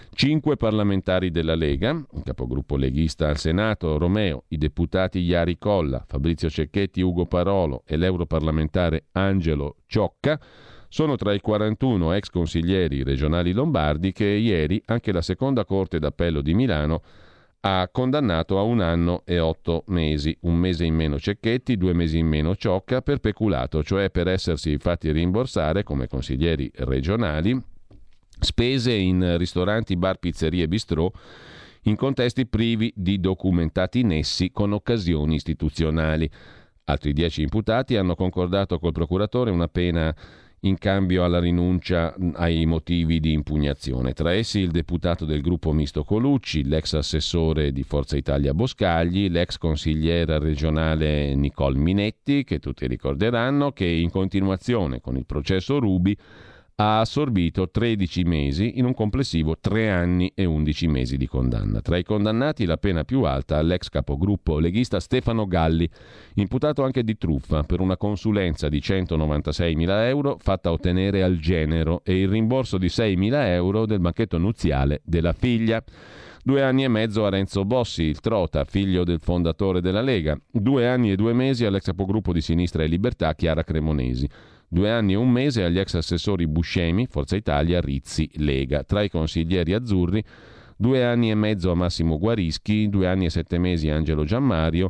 5 parlamentari della Lega, il capogruppo leghista al Senato Romeo, i deputati Iari Colla, Fabrizio Cecchetti, Ugo Parolo e l'europarlamentare Angelo Ciocca, sono tra i 41 ex consiglieri regionali lombardi che ieri anche la seconda Corte d'Appello di Milano ha condannato a 1 anno e 8 mesi, 1 mese in meno Cecchetti, 2 mesi in meno Ciocca, per peculato, cioè per essersi fatti rimborsare come consiglieri regionali spese in ristoranti, bar, pizzerie e bistrò in contesti privi di documentati nessi con occasioni istituzionali. Altri 10 imputati hanno concordato col procuratore una pena in cambio alla rinuncia ai motivi di impugnazione. Tra essi il deputato del gruppo misto Colucci, l'ex assessore di Forza Italia Boscagli, l'ex consigliera regionale Nicole Minetti, che tutti ricorderanno, che in continuazione con il processo Ruby ha assorbito 13 mesi in un complessivo 3 anni e 11 mesi di condanna. Tra i condannati la pena più alta all'ex capogruppo leghista Stefano Galli, imputato anche di truffa per una consulenza di 196.000 euro fatta ottenere al genero e il rimborso di 6.000 euro del banchetto nuziale della figlia. 2 anni e mezzo a Renzo Bossi, il Trota, figlio del fondatore della Lega. 2 anni e 2 mesi all'ex capogruppo di Sinistra e Libertà Chiara Cremonesi. 2 anni e 1 mese agli ex assessori Buscemi, Forza Italia, Rizzi, Lega. Tra i consiglieri azzurri, 2 anni e mezzo a Massimo Guarischi, 2 anni e 7 mesi a Angelo Giammario,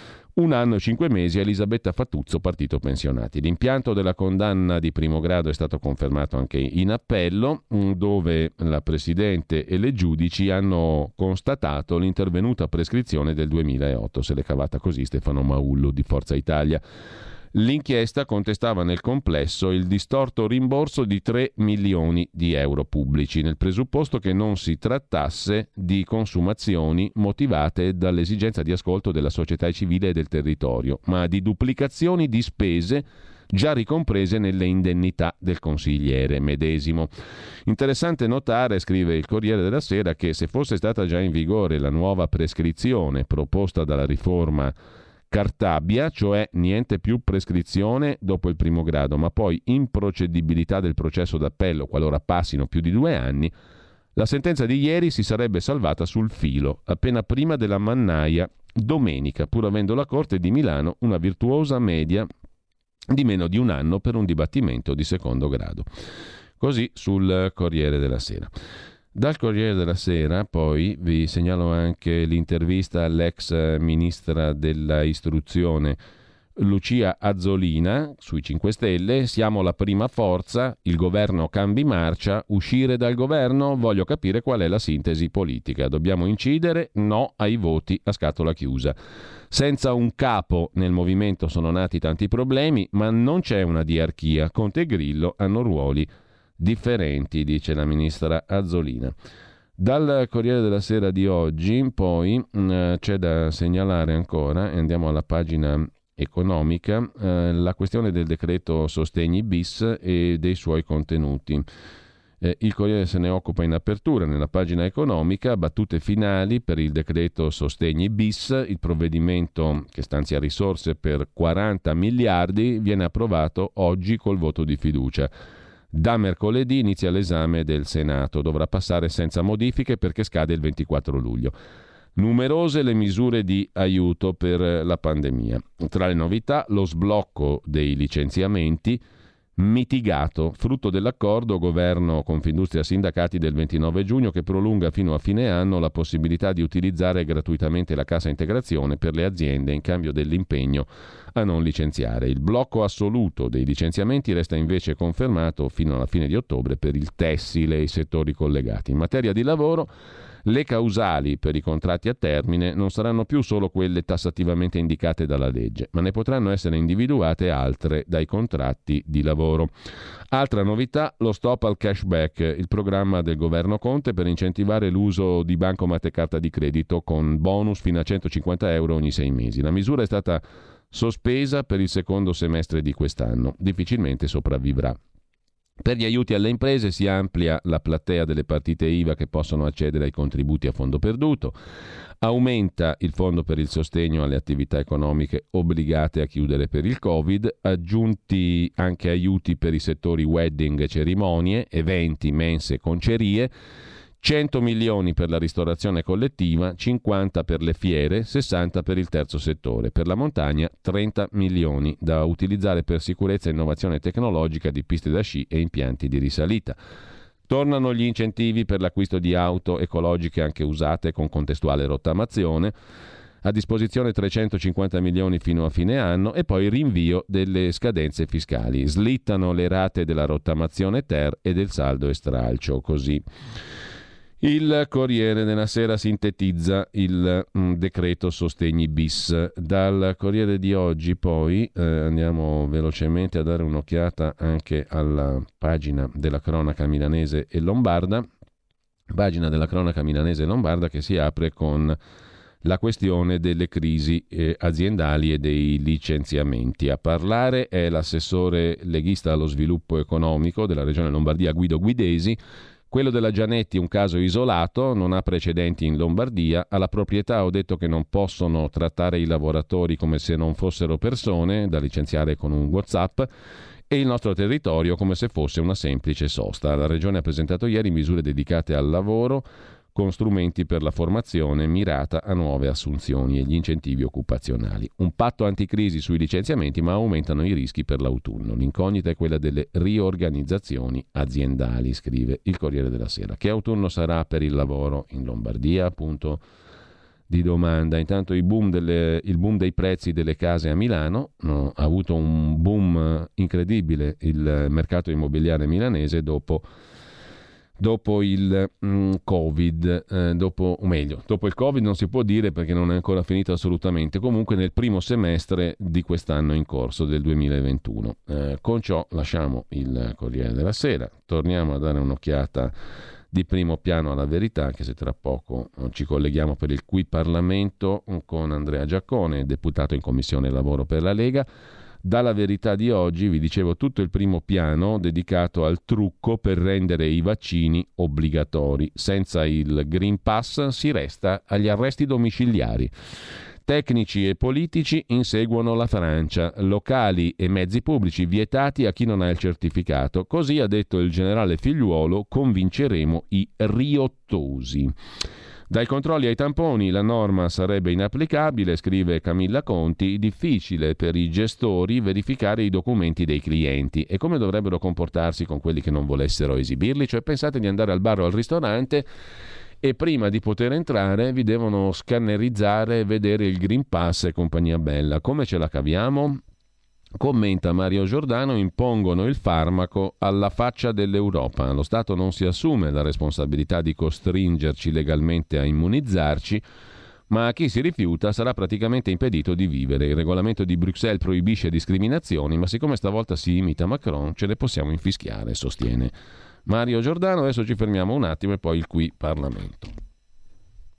1 anno e 5 mesi a Elisabetta Fatuzzo, Partito Pensionati. L'impianto della condanna di primo grado è stato confermato anche in appello, dove la Presidente e le giudici hanno constatato l'intervenuta prescrizione del 2008. Se l'è cavata così Stefano Maullo di Forza Italia. L'inchiesta contestava nel complesso il distorto rimborso di 3 milioni di euro pubblici, nel presupposto che non si trattasse di consumazioni motivate dall'esigenza di ascolto della società civile e del territorio, ma di duplicazioni di spese già ricomprese nelle indennità del consigliere medesimo. Interessante notare, scrive il Corriere della Sera, che se fosse stata già in vigore la nuova prescrizione proposta dalla riforma Cartabia, cioè niente più prescrizione dopo il primo grado, ma poi improcedibilità del processo d'appello qualora passino più di 2 anni, la sentenza di ieri si sarebbe salvata sul filo, appena prima della mannaia domenica, pur avendo la Corte di Milano una virtuosa media di meno di 1 anno per un dibattimento di secondo grado. Così sul Corriere della Sera. Dal Corriere della Sera poi vi segnalo anche l'intervista all'ex ministra della istruzione Lucia Azzolina sui 5 Stelle. Siamo la prima forza, il governo cambi marcia, uscire dal governo, voglio capire qual è la sintesi politica. Dobbiamo incidere, no ai voti a scatola chiusa. Senza un capo nel movimento sono nati tanti problemi, ma non c'è una diarchia. Conte e Grillo hanno ruoli differenti, dice la ministra Azzolina. Dal Corriere della Sera di oggi poi c'è da segnalare ancora, e andiamo alla pagina economica, la questione del decreto Sostegni bis e dei suoi contenuti. Il Corriere se ne occupa in apertura nella pagina economica, battute finali per il decreto Sostegni bis, il provvedimento che stanzia risorse per 40 miliardi viene approvato oggi col voto di fiducia. Da mercoledì inizia l'esame del Senato, dovrà passare senza modifiche perché scade il 24 luglio. Numerose le misure di aiuto per la pandemia. Tra le novità, lo sblocco dei licenziamenti mitigato, frutto dell'accordo governo Confindustria Sindacati del 29 giugno che prolunga fino a fine anno la possibilità di utilizzare gratuitamente la cassa integrazione per le aziende in cambio dell'impegno a non licenziare. Il blocco assoluto dei licenziamenti resta invece confermato fino alla fine di ottobre per il tessile e i settori collegati. In materia di lavoro, Le causali per i contratti a termine non saranno più solo quelle tassativamente indicate dalla legge, ma ne potranno essere individuate altre dai contratti di lavoro. Altra novità, lo stop al cashback, il programma del governo Conte per incentivare l'uso di bancomat e carta di credito con bonus fino a 150 euro ogni 6 mesi. La misura è stata sospesa per il secondo semestre di quest'anno, difficilmente sopravvivrà. Per gli aiuti alle imprese si amplia la platea delle partite IVA che possono accedere ai contributi a fondo perduto, aumenta il fondo per il sostegno alle attività economiche obbligate a chiudere per il Covid, aggiunti anche aiuti per i settori wedding e cerimonie, eventi, mense, concerie, 100 milioni per la ristorazione collettiva, 50 per le fiere, 60 per il terzo settore. Per la montagna 30 milioni da utilizzare per sicurezza e innovazione tecnologica di piste da sci e impianti di risalita. Tornano gli incentivi per l'acquisto di auto ecologiche anche usate con contestuale rottamazione. A disposizione 350 milioni fino a fine anno e poi rinvio delle scadenze fiscali. Slittano le rate della rottamazione ter e del saldo e stralcio, così. Il Corriere della Sera sintetizza il decreto sostegni bis. Dal Corriere di oggi poi andiamo velocemente a dare un'occhiata anche alla pagina della cronaca milanese e lombarda. Pagina della cronaca milanese e lombarda che si apre con la questione delle crisi aziendali e dei licenziamenti. A parlare è l'assessore leghista allo sviluppo economico della regione Lombardia Guido Guidesi. Quello della Gianetti è un caso isolato, non ha precedenti in Lombardia. Alla proprietà ho detto che non possono trattare i lavoratori come se non fossero persone da licenziare con un WhatsApp e il nostro territorio come se fosse una semplice sosta. La Regione ha presentato ieri misure dedicate al lavoro con strumenti per la formazione mirata a nuove assunzioni e gli incentivi occupazionali. Un patto anticrisi sui licenziamenti, ma aumentano i rischi per l'autunno. L'incognita è quella delle riorganizzazioni aziendali, scrive il Corriere della Sera. Che autunno sarà per il lavoro in Lombardia? Punto di domanda. Intanto il boom dei prezzi delle case a Milano ha avuto un boom incredibile il mercato immobiliare milanese dopo il Covid, dopo il Covid non si può dire perché non è ancora finito assolutamente, comunque nel primo semestre di quest'anno in corso del 2021. Con ciò lasciamo il Corriere della Sera, torniamo a dare un'occhiata di primo piano alla Verità, anche se tra poco ci colleghiamo per il Qui Parlamento con Andrea Giaccone, deputato in Commissione Lavoro per la Lega. Dalla Verità di oggi vi dicevo tutto il primo piano dedicato al trucco per rendere i vaccini obbligatori. Senza il Green Pass si resta agli arresti domiciliari. Tecnici e politici inseguono la Francia, locali e mezzi pubblici vietati a chi non ha il certificato. Così ha detto il generale Figliuolo, convinceremo i riottosi. Dai controlli ai tamponi la norma sarebbe inapplicabile, scrive Camilla Conti, difficile per i gestori verificare i documenti dei clienti. E come dovrebbero comportarsi con quelli che non volessero esibirli? Cioè pensate di andare al bar o al ristorante e prima di poter entrare vi devono scannerizzare, vedere il Green Pass e compagnia bella. Come ce la caviamo? Commenta Mario Giordano, impongono il farmaco alla faccia dell'Europa. Lo Stato non si assume la responsabilità di costringerci legalmente a immunizzarci, ma a chi si rifiuta sarà praticamente impedito di vivere. Il regolamento di Bruxelles proibisce discriminazioni, ma siccome stavolta si imita Macron, ce ne possiamo infischiare, sostiene Mario Giordano. Adesso ci fermiamo un attimo e poi il Qui Parlamento.